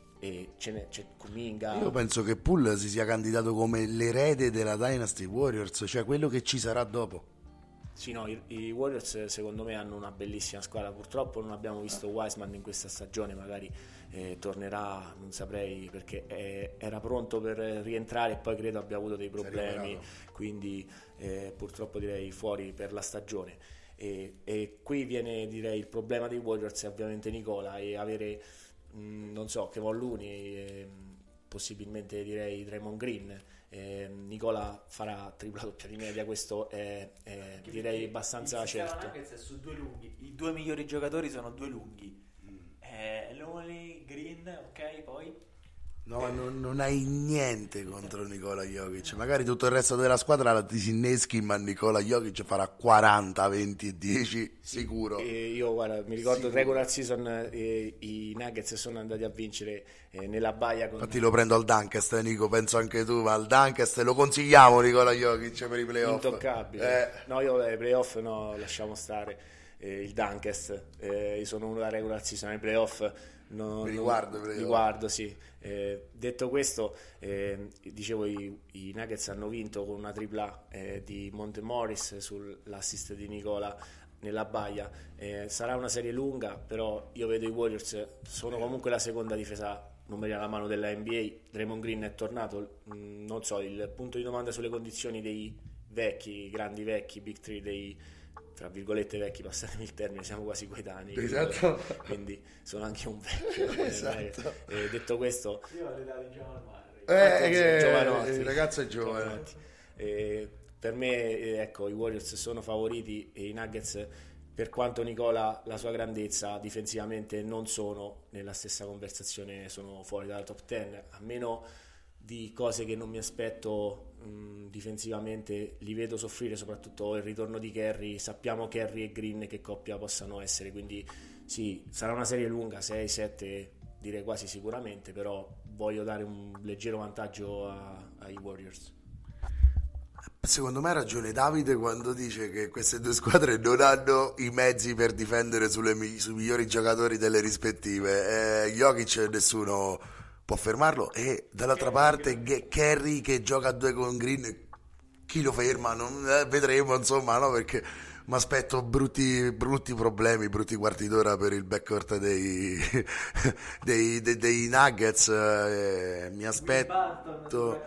[SPEAKER 3] e ce n'è, c'è Kuminga.
[SPEAKER 2] Io penso che Poole si sia candidato come l'erede della Dynasty Warriors, cioè quello che ci sarà dopo.
[SPEAKER 3] Sì, no, i, i Warriors secondo me hanno una bellissima squadra, purtroppo non abbiamo visto Wiseman in questa stagione, magari eh, tornerà, non saprei, perché eh, era pronto per rientrare e poi credo abbia avuto dei problemi, quindi eh, purtroppo direi fuori per la stagione. E, e qui viene, direi, il problema dei Warriors è ovviamente Nicola, e avere mh, non so, Kevon Looney e, possibilmente direi Draymond Green. eh, Nicola farà tripla doppia di media, questo è, è direi abbastanza certo.
[SPEAKER 1] È su due lunghi, i due migliori giocatori sono due lunghi, mm. eh, Looney, Green, ok, poi
[SPEAKER 2] no, non, non hai niente contro Nikola Jokic, magari tutto il resto della squadra la disinneschi, ma Nikola Jokic farà quaranta, venti e dieci sicuro.
[SPEAKER 3] E io guarda, mi ricordo il regular season, eh, i Nuggets sono andati a vincere eh, nella baia con...
[SPEAKER 2] Infatti lo prendo al Dunkest, Nico, penso anche tu, ma al Dunkest lo consigliamo Nikola Jokic per i playoff.
[SPEAKER 3] Intoccabile. Eh. No, io ai playoff no, lasciamo stare eh, il Dunkest, eh, io sono uno da regular season, ai playoff no,
[SPEAKER 2] mi riguardo,
[SPEAKER 3] non, riguardo sì. Eh, detto questo, eh, dicevo i, i Nuggets hanno vinto con una tripla eh, di Monte Morris sull'assist di Nicola nella baia. Eh, sarà una serie lunga, però io vedo i Warriors sono comunque la seconda difesa numeri alla mano della N B A. Draymond Green è tornato, mm, non so, il punto di domanda sulle condizioni dei vecchi, grandi vecchi big three, dei tra virgolette vecchi, passatemi il termine, siamo quasi coetanei,
[SPEAKER 2] esatto.
[SPEAKER 3] Quindi sono anche un vecchio.
[SPEAKER 2] Esatto.
[SPEAKER 3] Eh, detto questo,
[SPEAKER 1] io ho l'età di Giovanni,
[SPEAKER 2] eh, che il ragazzo è giovane.
[SPEAKER 3] Eh, per me eh, ecco, i Warriors sono favoriti e i Nuggets, per quanto Nicola la sua grandezza difensivamente non sono nella stessa conversazione, sono fuori dalla top dieci, a meno di cose che non mi aspetto mh, difensivamente. Li vedo soffrire, soprattutto il ritorno di Curry. Sappiamo Curry e Green che coppia possano essere, quindi sì, sarà una serie lunga, sei sette direi quasi sicuramente, però voglio dare un leggero vantaggio a, ai Warriors.
[SPEAKER 2] Secondo me ha ragione Davide quando dice che queste due squadre non hanno i mezzi per difendere sulle, sui migliori giocatori delle rispettive. eh, Jokic nessuno può fermarlo, e dall'altra parte Curry che gioca a due con Green, chi lo ferma? Non, eh, vedremo, insomma, no? Perché mi aspetto brutti, brutti problemi, brutti quarti d'ora per il backcourt dei, dei, dei, dei Nuggets. eh, mi aspetto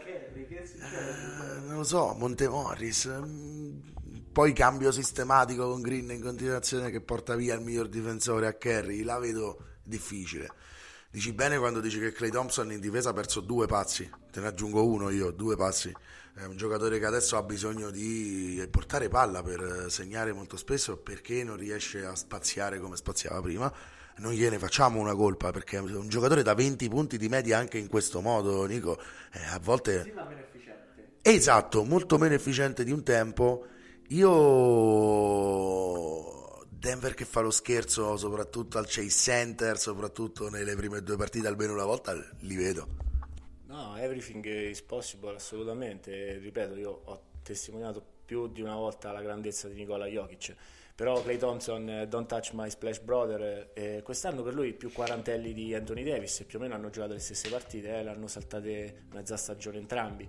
[SPEAKER 2] eh, non lo so, Monte Morris, poi cambio sistematico con Green in continuazione che porta via il miglior difensore a Curry, la vedo difficile. Dici bene quando dici che Klay Thompson in difesa ha perso due pazzi, te ne aggiungo uno io, due pazzi. È un giocatore che adesso ha bisogno di portare palla per segnare molto spesso, perché non riesce a spaziare come spaziava prima. Non gliene facciamo una colpa, perché è un giocatore da venti punti di media anche in questo modo, Nico. Eh, a volte...
[SPEAKER 1] Sì, ma meno efficiente.
[SPEAKER 2] Esatto, molto meno efficiente di un tempo. Io... Denver che fa lo scherzo soprattutto al Chase Center, soprattutto nelle prime due partite almeno una volta, li vedo.
[SPEAKER 3] No, everything is possible, assolutamente. Ripeto, io ho testimoniato più di una volta la grandezza di Nikola Jokic, però Klay Thompson, don't touch my splash brother, eh, quest'anno per lui più quarantelli di Anthony Davis, più o meno hanno giocato le stesse partite, eh, l'hanno saltate mezza stagione entrambi,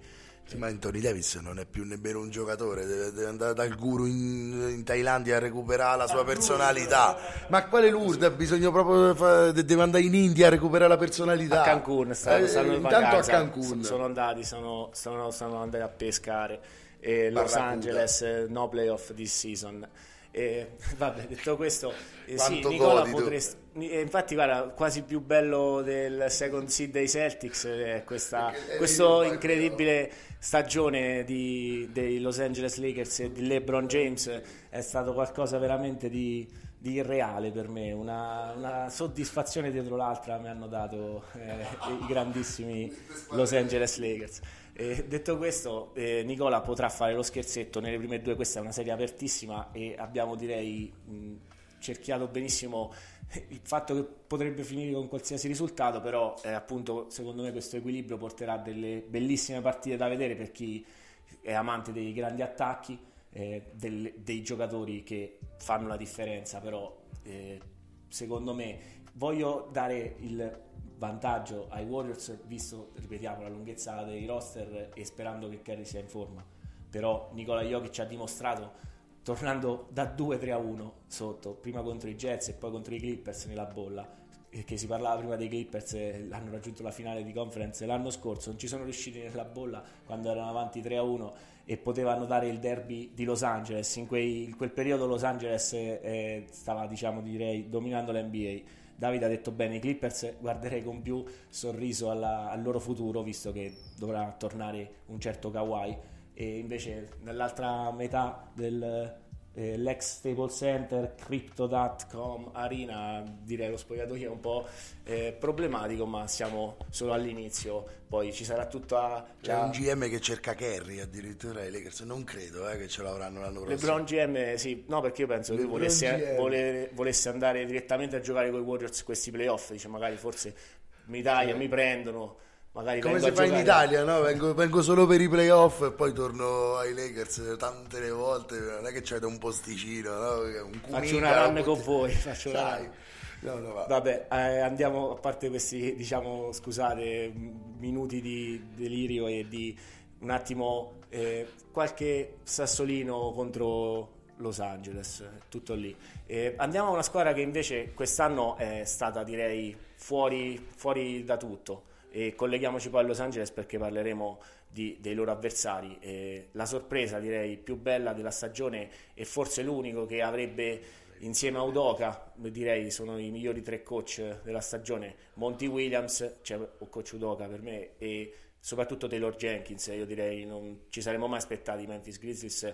[SPEAKER 2] Sì, ma Anthony Davis non è più nemmeno un giocatore, deve, deve andare dal guru in, in Thailandia a recuperare la sua personalità. Ma quale Lourdes? Ha bisogno proprio, fa, deve andare in India a recuperare la personalità.
[SPEAKER 3] A Cancun, stanno,
[SPEAKER 2] eh,
[SPEAKER 3] stanno in
[SPEAKER 2] intanto
[SPEAKER 3] vacanza,
[SPEAKER 2] a Cancun.
[SPEAKER 3] sono andati, sono, sono, sono andati a pescare. E Los
[SPEAKER 2] Barracuda.
[SPEAKER 3] Angeles, no playoff this season. E, vabbè, detto questo, eh, sì,
[SPEAKER 2] Quanto
[SPEAKER 3] Nicola
[SPEAKER 2] godi tu?
[SPEAKER 3] potresti, eh, infatti guarda, quasi più bello del second seed dei Celtics è questa
[SPEAKER 2] Perché è
[SPEAKER 3] questo
[SPEAKER 2] lì,
[SPEAKER 3] incredibile stagione di, dei Los Angeles Lakers e di LeBron James. È stato qualcosa veramente di, di irreale per me, una, una soddisfazione dietro l'altra mi hanno dato eh, i grandissimi Los Angeles Lakers. Eh, detto questo, eh, Nicola potrà fare lo scherzetto nelle prime due, questa è una serie apertissima e abbiamo, direi, mh, cerchiato benissimo il fatto che potrebbe finire con qualsiasi risultato, però eh, appunto secondo me questo equilibrio porterà delle bellissime partite da vedere per chi è amante dei grandi attacchi, eh, del, dei giocatori che fanno la differenza, però eh, secondo me voglio dare il vantaggio ai Warriors, visto, ripetiamo, la lunghezza dei roster e sperando che Curry sia in forma. Però Nikola Jokic ha dimostrato, tornando da due tre a uno sotto, prima contro i Jazz e poi contro i Clippers nella bolla, e che si parlava prima dei Clippers, eh, hanno raggiunto la finale di conference l'anno scorso, non ci sono riusciti nella bolla quando erano avanti tre a uno e potevano dare il derby di Los Angeles. In, quei, in quel periodo Los Angeles eh, stava, diciamo, direi, dominando l'N B A. Davide ha detto bene, i Clippers guarderei con più sorriso alla, al loro futuro, visto che dovrà tornare un certo Kawhi, e invece nell'altra metà del eh, l'ex Staples Center, Crypto punto com Arena, direi lo spogliatoio è un po' eh, problematico, ma siamo solo all'inizio, poi ci sarà tutta
[SPEAKER 2] c'è
[SPEAKER 3] la...
[SPEAKER 2] un G M che cerca Curry addirittura ai Lakers, non credo eh, che ce l'avranno l'anno prossimo.
[SPEAKER 3] LeBron G M, sì, no, perché io penso che lui volesse, vole, volesse andare direttamente a giocare con i Warriors questi playoff, dice magari forse in Italia mi prendono, magari
[SPEAKER 2] come
[SPEAKER 3] vengo
[SPEAKER 2] si
[SPEAKER 3] a
[SPEAKER 2] fa in
[SPEAKER 3] giocare.
[SPEAKER 2] Italia, no? Vengo, vengo solo per i playoff e poi torno ai Lakers tante le volte, non è che c'è un posticino, no? Un
[SPEAKER 3] faccio una run con voi, faccio una
[SPEAKER 2] Sai.
[SPEAKER 3] run.
[SPEAKER 2] No, no, va.
[SPEAKER 3] Vabbè, eh, andiamo, a parte questi, diciamo, scusate, minuti di delirio e di un attimo eh, qualche sassolino contro Los Angeles, tutto lì. Eh, andiamo a una squadra che invece quest'anno è stata, direi, fuori, fuori da tutto, e colleghiamoci poi a Los Angeles perché parleremo di, dei loro avversari. Eh, la sorpresa, direi, più bella della stagione e forse l'unico che avrebbe, insieme a Udoka, direi sono i migliori tre coach della stagione, Monty Williams, cioè o coach Udoka per me, e soprattutto Taylor Jenkins. Io direi non ci saremmo mai aspettati i Memphis Grizzlies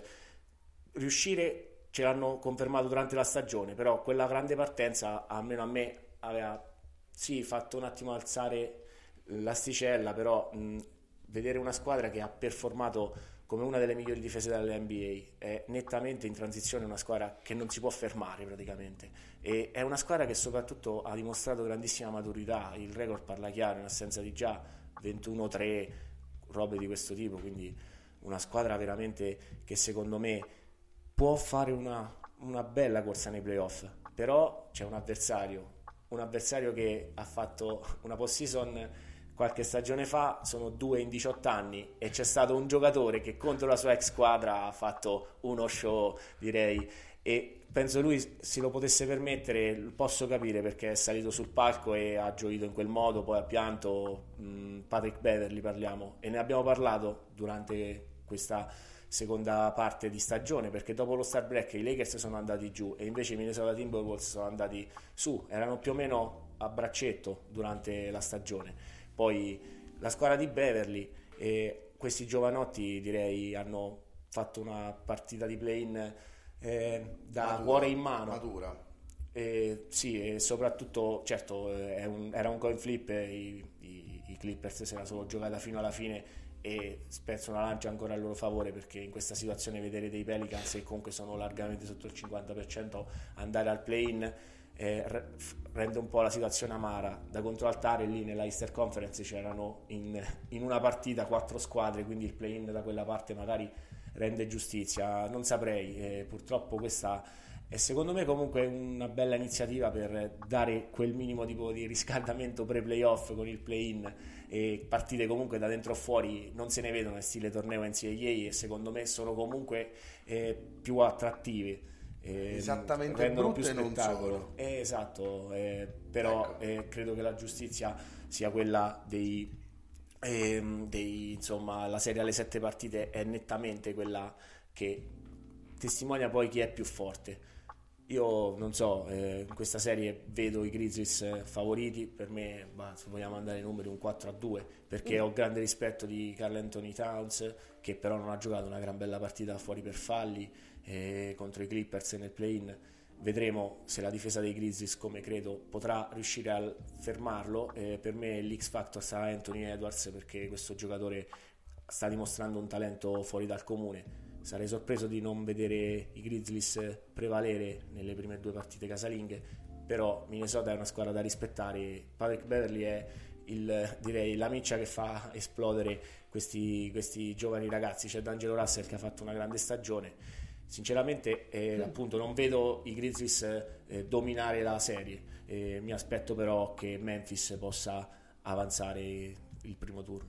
[SPEAKER 3] riuscire, ce l'hanno confermato durante la stagione, però quella grande partenza almeno a me aveva sì fatto un attimo alzare l'asticella, però mh, vedere una squadra che ha performato come una delle migliori difese dell'N B A, è nettamente in transizione, una squadra che non si può fermare praticamente, e è una squadra che soprattutto ha dimostrato grandissima maturità. Il record parla chiaro, in assenza di già ventuno tre, robe di questo tipo, quindi una squadra veramente che secondo me può fare una, una bella corsa nei playoff. Però c'è un avversario un avversario che ha fatto una post-season qualche stagione fa, sono due in diciotto anni, e c'è stato un giocatore che contro la sua ex squadra ha fatto uno show, direi, e penso lui se lo potesse permettere, posso capire perché è salito sul palco e ha gioito in quel modo, poi ha pianto. mh, Patrick Beverley parliamo, e ne abbiamo parlato durante questa seconda parte di stagione, perché dopo lo Star Break i Lakers sono andati giù e invece i Minnesota Timberwolves sono andati su, erano più o meno a braccetto durante la stagione. Poi la squadra di Beverly e questi giovanotti, direi, hanno fatto una partita di play-in eh, da
[SPEAKER 2] Matura,
[SPEAKER 3] cuore in mano.
[SPEAKER 2] Matura.
[SPEAKER 3] Eh, sì, e soprattutto, certo, eh, è un, era un coin flip, eh, i, i, i Clippers se la sono giocata fino alla fine e spezzo una lancia ancora a loro favore, perché in questa situazione vedere dei Pelicans, che comunque sono largamente sotto il cinquanta per cento, andare al play-in eh, rende un po' la situazione amara. Da controaltare lì nella Easter Conference c'erano in, in una partita quattro squadre, quindi il play-in da quella parte magari rende giustizia, non saprei, eh, purtroppo questa è secondo me comunque una bella iniziativa per dare quel minimo tipo di riscaldamento pre-playoff con il play-in e partite comunque da dentro o fuori non se ne vedono in stile torneo N C A A, e secondo me sono comunque eh, più attrattive. Eh,
[SPEAKER 2] Esattamente,
[SPEAKER 3] rendono più
[SPEAKER 2] brutte non
[SPEAKER 3] spettacolo.
[SPEAKER 2] sono.
[SPEAKER 3] Eh, esatto, eh, però
[SPEAKER 2] Ecco.
[SPEAKER 3] eh, credo che la giustizia sia quella dei, ehm, dei insomma, la serie alle sette partite è nettamente quella che testimonia poi chi è più forte. Io non so, eh, in questa serie vedo i Grizzlies eh, favoriti, per me, bah, se vogliamo andare ai numeri, un quattro a due, perché ho grande rispetto di Karl Anthony Towns, che però non ha giocato una gran bella partita fuori per falli eh, contro i Clippers nel play-in. Vedremo se la difesa dei Grizzlies, come credo, potrà riuscire a fermarlo. Eh, per me l'X Factor sarà Anthony Edwards, perché questo giocatore sta dimostrando un talento fuori dal comune. Sarei sorpreso di non vedere i Grizzlies prevalere nelle prime due partite casalinghe, però Minnesota è una squadra da rispettare. Patrick Beverley è il, direi, la miccia che fa esplodere questi, questi giovani ragazzi. C'è D'Angelo Russell che ha fatto una grande stagione. Sinceramente eh, appunto non vedo i Grizzlies eh, dominare la serie, eh, mi aspetto però che Memphis possa avanzare il primo turno.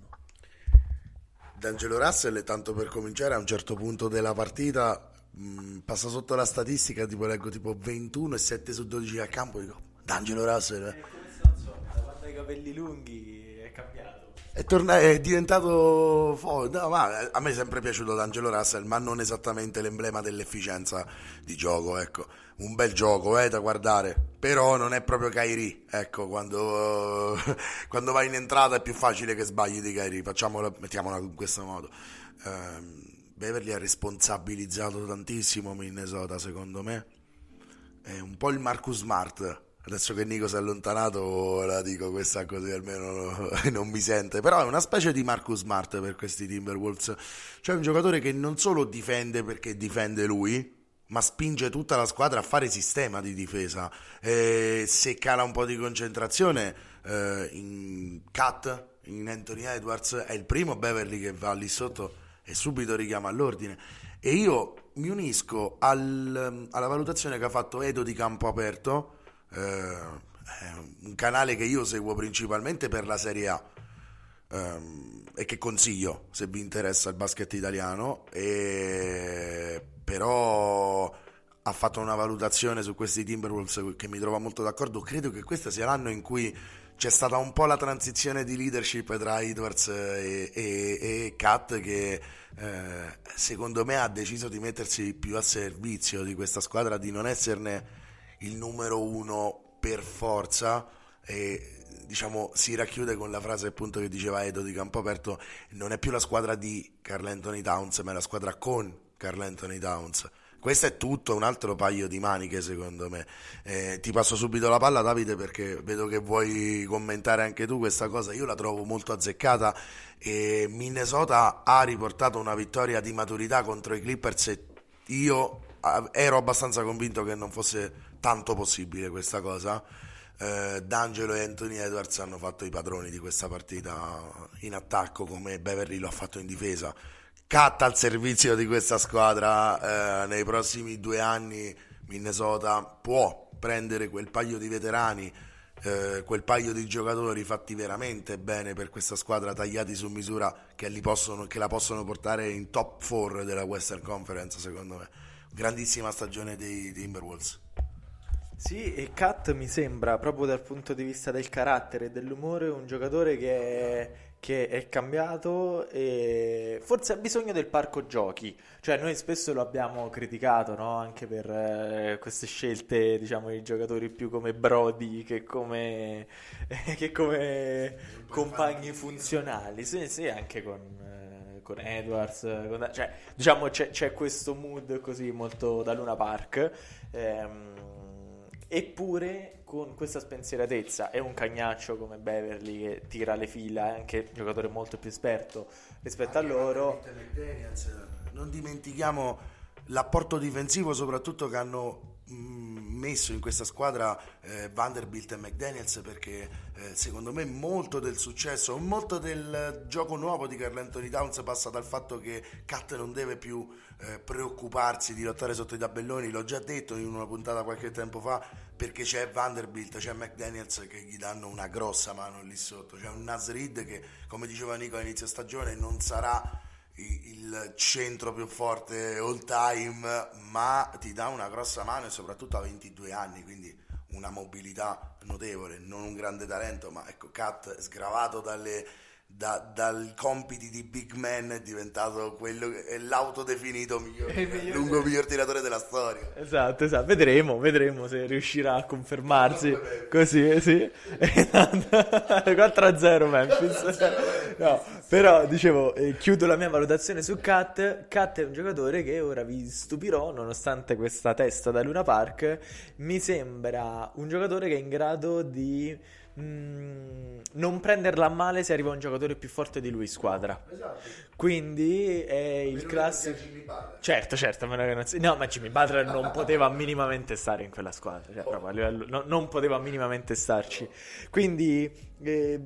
[SPEAKER 2] D'Angelo Russell, tanto per cominciare, a un certo punto della partita mh, passa sotto la statistica, tipo leggo tipo ventuno e sette su dodici a campo, dico D'Angelo Russell
[SPEAKER 1] Eh, come se non so, da quando hai i capelli lunghi è cambiato.
[SPEAKER 2] è, torna- è diventato fo- no, ma a me è sempre piaciuto D'Angelo Russell, ma non esattamente l'emblema dell'efficienza di gioco, ecco. Un bel gioco eh, da guardare, però non è proprio Kyrie, ecco, quando, quando vai in entrata è più facile che sbagli di Kyrie, facciamola, mettiamola in questo modo. ehm, Beverly ha responsabilizzato tantissimo Minnesota, secondo me è un po' il Marcus Smart. Adesso che Nico si è allontanato la dico questa così almeno non mi sente, però è una specie di Marcus Smart per questi Timberwolves, cioè un giocatore che non solo difende perché difende lui, ma spinge tutta la squadra a fare sistema di difesa. E se cala un po' di concentrazione eh, in Cat, in Anthony Edwards, è il primo Beverly che va lì sotto e subito richiama all'ordine. E io mi unisco al, alla valutazione che ha fatto Edo di Campo Aperto, eh, un canale che io seguo principalmente per la Serie A, ehm, e che consiglio se vi interessa il basket italiano, e però ha fatto una valutazione su questi Timberwolves che mi trova molto d'accordo. Credo che questo sia l'anno in cui c'è stata un po' la transizione di leadership tra Edwards e, e, e Cat, che eh, secondo me ha deciso di mettersi più a servizio di questa squadra, di non esserne il numero uno per forza, e diciamo si racchiude con la frase appunto che diceva Edo di Campo Aperto: non è più la squadra di Karl Anthony Towns, ma è la squadra con Karl Anthony Towns. Questo è tutto un altro paio di maniche, secondo me. Eh, ti passo subito la palla, Davide, perché vedo che vuoi commentare anche tu questa cosa. Io la trovo molto azzeccata, e Minnesota ha riportato una vittoria di maturità contro i Clippers, e io ero abbastanza convinto che non fosse tanto possibile questa cosa. eh, D'Angelo e Anthony Edwards hanno fatto i padroni di questa partita in attacco, come Beverly lo ha fatto in difesa. Cat al servizio di questa squadra. eh, nei prossimi due anni Minnesota può prendere quel paio di veterani, eh, quel paio di giocatori fatti veramente bene per questa squadra, tagliati su misura, che, li possono, che la possono portare in top quattro della Western Conference, secondo me. Grandissima stagione dei Timberwolves.
[SPEAKER 1] Sì, e Cat mi sembra, proprio dal punto di vista del carattere e dell'umore, un giocatore che è, che è cambiato e forse ha bisogno del parco giochi. Cioè noi spesso lo abbiamo criticato, no? Anche per eh, queste scelte, diciamo, di giocatori più come Brody che come, che come compagni funzionali. Sì, sì, anche con... eh, con Edwards, con- cioè diciamo c'è, c'è questo mood così molto da Luna Park, ehm, eppure con questa spensieratezza e un cagnaccio come Beverly che tira le fila, è anche un giocatore molto più esperto rispetto a loro.
[SPEAKER 2] Non dimentichiamo l'apporto difensivo soprattutto che hanno mh, messo in questa squadra eh, Vanderbilt e McDaniels, perché eh, secondo me molto del successo, molto del gioco nuovo di Karl Anthony Towns passa dal fatto che Cat non deve più eh, preoccuparsi di lottare sotto i tabelloni. L'ho già detto in una puntata qualche tempo fa, perché c'è Vanderbilt, c'è McDaniels che gli danno una grossa mano lì sotto. C'è un Naz Reid che, come diceva Nico all'inizio stagione, non sarà il centro più forte all time, ma ti dà una grossa mano, e soprattutto a ventidue anni, quindi una mobilità notevole, non un grande talento, ma ecco, Cat sgravato dalle Da, dal compiti di big man è diventato quello che è l'autodefinito miglior, miglior lungo miglior tiratore della storia.
[SPEAKER 1] Esatto, esatto, vedremo, vedremo se riuscirà a confermarsi così, sì. quattro a zero Memphis. No, però dicevo, eh, chiudo la mia valutazione su Cat. Cat è un giocatore che ora vi stupirò, nonostante questa testa da Luna Park. Mi sembra un giocatore che è in grado di Mm, non prenderla a male se arriva un giocatore più forte di lui in squadra.
[SPEAKER 2] Esatto.
[SPEAKER 1] Quindi è il classico. Certo, certo, a meno che non si... No, ma Jimmy Butler non poteva minimamente stare in quella squadra, cioè, proprio a livello... no, non poteva minimamente starci. Quindi eh,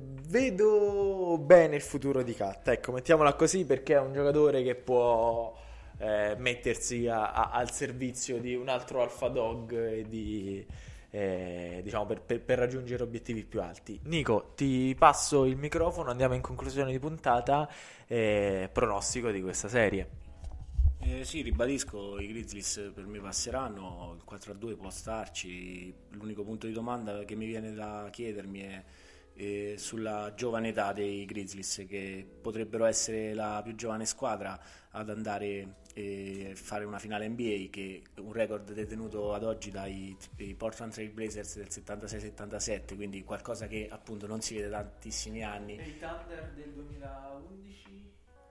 [SPEAKER 1] vedo bene il futuro di Cat, ecco, mettiamola così, perché è un giocatore che può eh, mettersi a, a, al servizio di un altro alpha dog e di Eh, diciamo per, per, per raggiungere obiettivi più alti. Nico, ti passo il microfono, andiamo in conclusione di puntata. Eh, pronostico di questa serie.
[SPEAKER 3] Eh, sì, ribadisco, i Grizzlies per me passeranno, il quattro a due può starci. L'unico punto di domanda che mi viene da chiedermi è eh, sulla giovane età dei Grizzlies, che potrebbero essere la più giovane squadra ad andare e fare una finale N B A, che è un record detenuto ad oggi dai Portland Trail Blazers del settantasei settantasette, quindi qualcosa che appunto non si vede da tantissimi anni.
[SPEAKER 1] E i Thunder del duemilaundici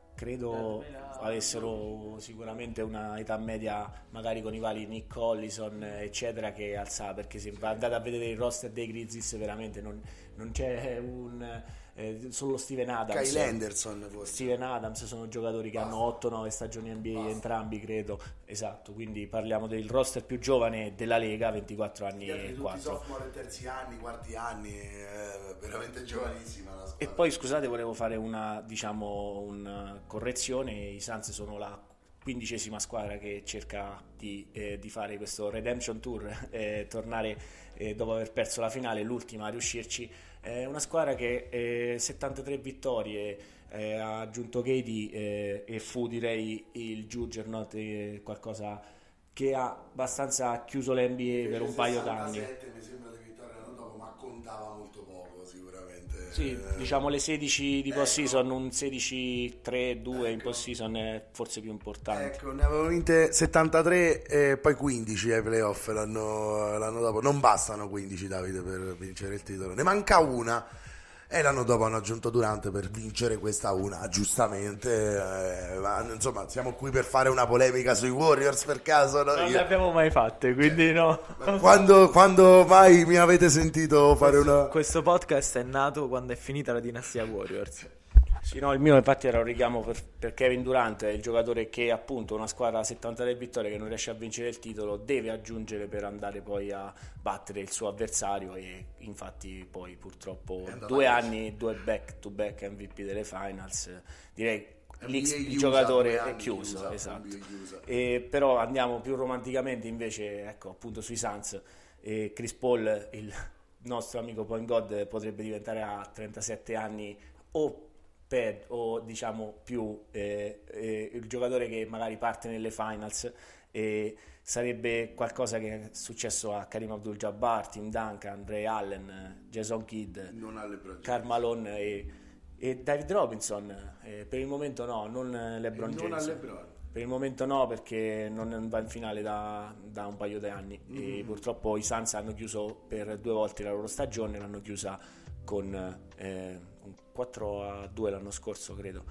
[SPEAKER 3] credo avessero sicuramente una età media, magari con i vari Nick Collison eccetera, che alzava, perché se andate a vedere il roster dei Grizzlies veramente non, non c'è un eh, solo Steven Adams.
[SPEAKER 2] Kyle Anderson forse.
[SPEAKER 3] Steven Adams sono giocatori che Basta. hanno otto nove stagioni N B A Basta. entrambi, credo. Esatto, quindi parliamo del roster più giovane della Lega, ventiquattro anni e quattro.
[SPEAKER 2] Tutti sophomore, terzi anni, quarti anni, eh, veramente giovanissima la squadra.
[SPEAKER 3] E poi scusate, volevo fare una, diciamo, una correzione. I Suns sono la quindicesima squadra che cerca di, eh, di fare questo Redemption Tour, eh, tornare eh, dopo aver perso la finale, l'ultima a riuscirci. È una squadra che eh, settantatré vittorie, eh, ha aggiunto Katie eh, e fu, direi, il Juggernaut, eh, qualcosa che ha abbastanza chiuso l'N B A per un paio d'anni.
[SPEAKER 2] Mi sembra di vittoria l'anno dopo, ma contava molto poco sicuramente.
[SPEAKER 3] Sì, eh, diciamo le sedici di post-season, ecco. Un sedici tre due ecco. In post-season è forse più importante.
[SPEAKER 2] Ecco, ne avevano vinte settantatré e poi quindici ai playoff l'anno, l'anno dopo. Non bastano quindici, Davide, per vincere il titolo. Ne manca una e l'anno dopo hanno aggiunto Durant per vincere questa una, giustamente. Eh, ma insomma, siamo qui per fare una polemica sui Warriors per caso? No?
[SPEAKER 1] Non
[SPEAKER 2] Io...
[SPEAKER 1] le abbiamo mai fatte, quindi no.
[SPEAKER 2] Quando, quando mai mi avete sentito fare
[SPEAKER 1] questo,
[SPEAKER 2] una...
[SPEAKER 1] Questo podcast è nato quando è finita la dinastia Warriors.
[SPEAKER 3] Sì, no, il mio infatti era un richiamo per, per Kevin Durant, il giocatore che appunto una squadra a settantatré vittorie che non riesce a vincere il titolo deve aggiungere per andare poi a battere il suo avversario, e infatti poi purtroppo due anni, due back to back M V P delle finals, direi L'X, il giocatore è chiuso, chiusa, esatto. E, però andiamo più romanticamente invece, ecco, appunto sui Suns. E Chris Paul, il nostro amico point guard, potrebbe diventare a trentasette anni o Ped, o diciamo più eh, eh, il giocatore che magari parte nelle finals, e sarebbe qualcosa che è successo a Kareem Abdul-Jabbar, Tim Duncan, Ray Allen, Jason Kidd, Karl Malone e, e David Robinson. Eh, per il momento no, non LeBron James.
[SPEAKER 2] LeBron.
[SPEAKER 3] Per il momento no, perché non va in finale da, da un paio di anni, mm-hmm. E purtroppo i Suns hanno chiuso per due volte la loro stagione, l'hanno chiusa con eh, un quattro a due l'anno scorso credo,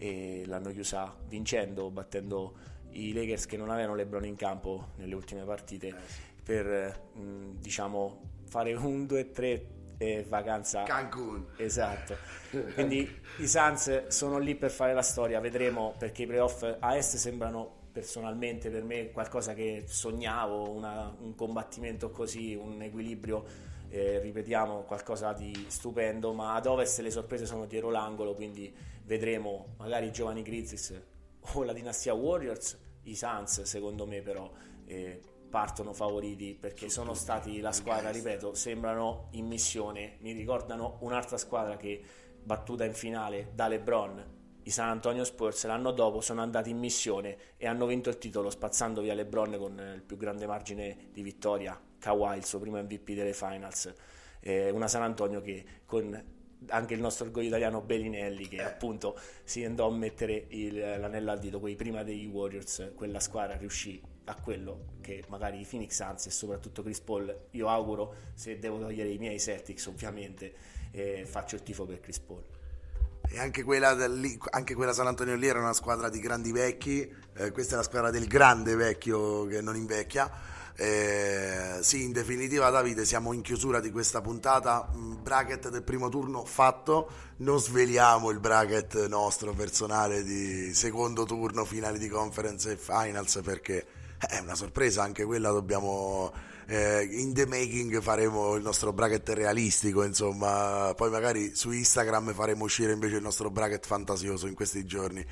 [SPEAKER 3] e l'hanno chiusa vincendo, battendo i Lakers che non avevano LeBron in campo nelle ultime partite, eh sì. per mh, diciamo fare un due tre e vacanza
[SPEAKER 2] Cancun.
[SPEAKER 3] Esatto. Quindi i Suns sono lì per fare la storia, vedremo, perché i playoff a est sembrano personalmente per me qualcosa che sognavo, una, un combattimento così, un equilibrio, eh, ripetiamo, qualcosa di stupendo, ma ad Ovest le sorprese sono dietro l'angolo, quindi vedremo magari i giovani Grizzlies o la dinastia Warriors. I Suns secondo me però eh, partono favoriti perché sono stati la squadra, ripeto, sembrano in missione, mi ricordano un'altra squadra che battuta in finale da LeBron, i San Antonio Spurs, l'anno dopo sono andati in missione e hanno vinto il titolo spazzando via LeBron con il più grande margine di vittoria, Kawhi, il suo primo M V P delle Finals, eh, una San Antonio che con anche il nostro orgoglio italiano Bellinelli che eh. appunto si andò a mettere il, l'anello al dito, quei prima dei Warriors, quella squadra riuscì a quello che magari i Phoenix Suns e soprattutto Chris Paul, io auguro, se devo togliere i miei Celtics ovviamente, eh, faccio il tifo per Chris Paul.
[SPEAKER 2] E anche quella, lì, anche quella San Antonio lì era una squadra di grandi vecchi, eh, questa è la squadra del grande vecchio che non invecchia. Eh, sì, in definitiva Davide, siamo in chiusura di questa puntata, bracket del primo turno fatto, non sveliamo il bracket nostro personale di secondo turno, finali di conference e finals, perché è una sorpresa anche quella, dobbiamo eh, in the making faremo il nostro bracket realistico, insomma, poi magari su Instagram faremo uscire invece il nostro bracket fantasioso in questi giorni.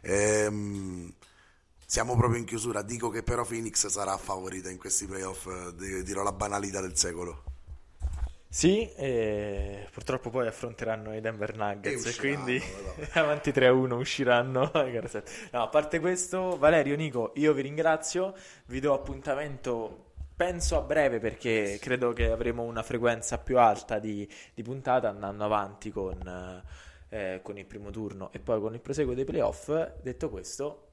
[SPEAKER 2] ehm Siamo proprio in chiusura, dico che però Phoenix sarà favorita in questi playoff, dirò la banalità del secolo.
[SPEAKER 1] Sì, e purtroppo poi affronteranno i Denver Nuggets e,
[SPEAKER 2] e
[SPEAKER 1] quindi avanti tre a uno usciranno. No, a parte questo, Valerio, Nico, io vi ringrazio, vi do appuntamento penso a breve perché credo che avremo una frequenza più alta di, di puntata andando avanti con, eh, con il primo turno e poi con il proseguo dei playoff. Detto questo,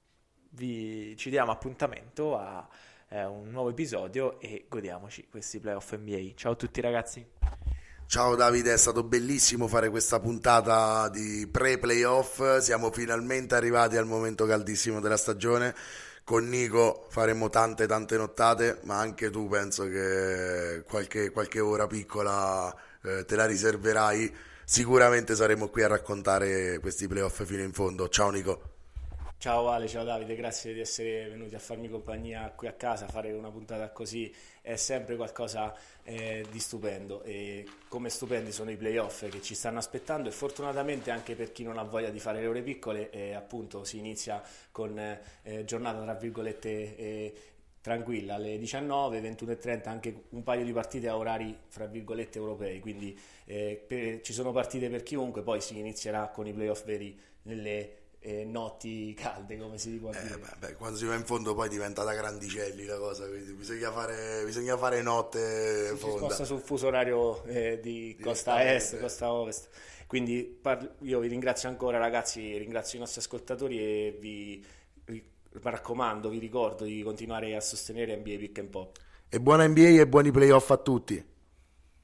[SPEAKER 1] Vi, ci diamo appuntamento a eh, un nuovo episodio e godiamoci questi playoff N B A. Ciao a tutti ragazzi.
[SPEAKER 2] Ciao Davide, è stato bellissimo fare questa puntata di pre-playoff, siamo finalmente arrivati al momento caldissimo della stagione. Con Nico faremo tante tante nottate, ma anche tu penso che qualche, qualche ora piccola eh, te la riserverai. Sicuramente saremo qui a raccontare questi playoff fino in fondo. Ciao Nico.
[SPEAKER 3] Ciao Ale, ciao Davide, grazie di essere venuti a farmi compagnia qui a casa. Fare una puntata così è sempre qualcosa eh, di stupendo, e come stupendi sono i playoff che ci stanno aspettando, e fortunatamente anche per chi non ha voglia di fare le ore piccole, eh, appunto si inizia con eh, giornata tra virgolette eh, tranquilla alle diciannove, ventuno e trenta, anche un paio di partite a orari fra virgolette europei, quindi eh, per, ci sono partite per chiunque. Poi si inizierà con i playoff veri nelle Eh, notti calde, come si può dire.
[SPEAKER 2] Eh, beh, beh, quando si va in fondo poi diventa da grandicelli la cosa, quindi bisogna fare, bisogna fare notte
[SPEAKER 3] si,
[SPEAKER 2] fonda.
[SPEAKER 3] Si sposta sul fuso orario eh, di costa est, costa ovest. Quindi par- io vi ringrazio ancora ragazzi, ringrazio i nostri ascoltatori e vi, vi raccomando, vi ricordo di continuare a sostenere N B A Pick and Pop.
[SPEAKER 2] E buona N B A e buoni playoff a tutti.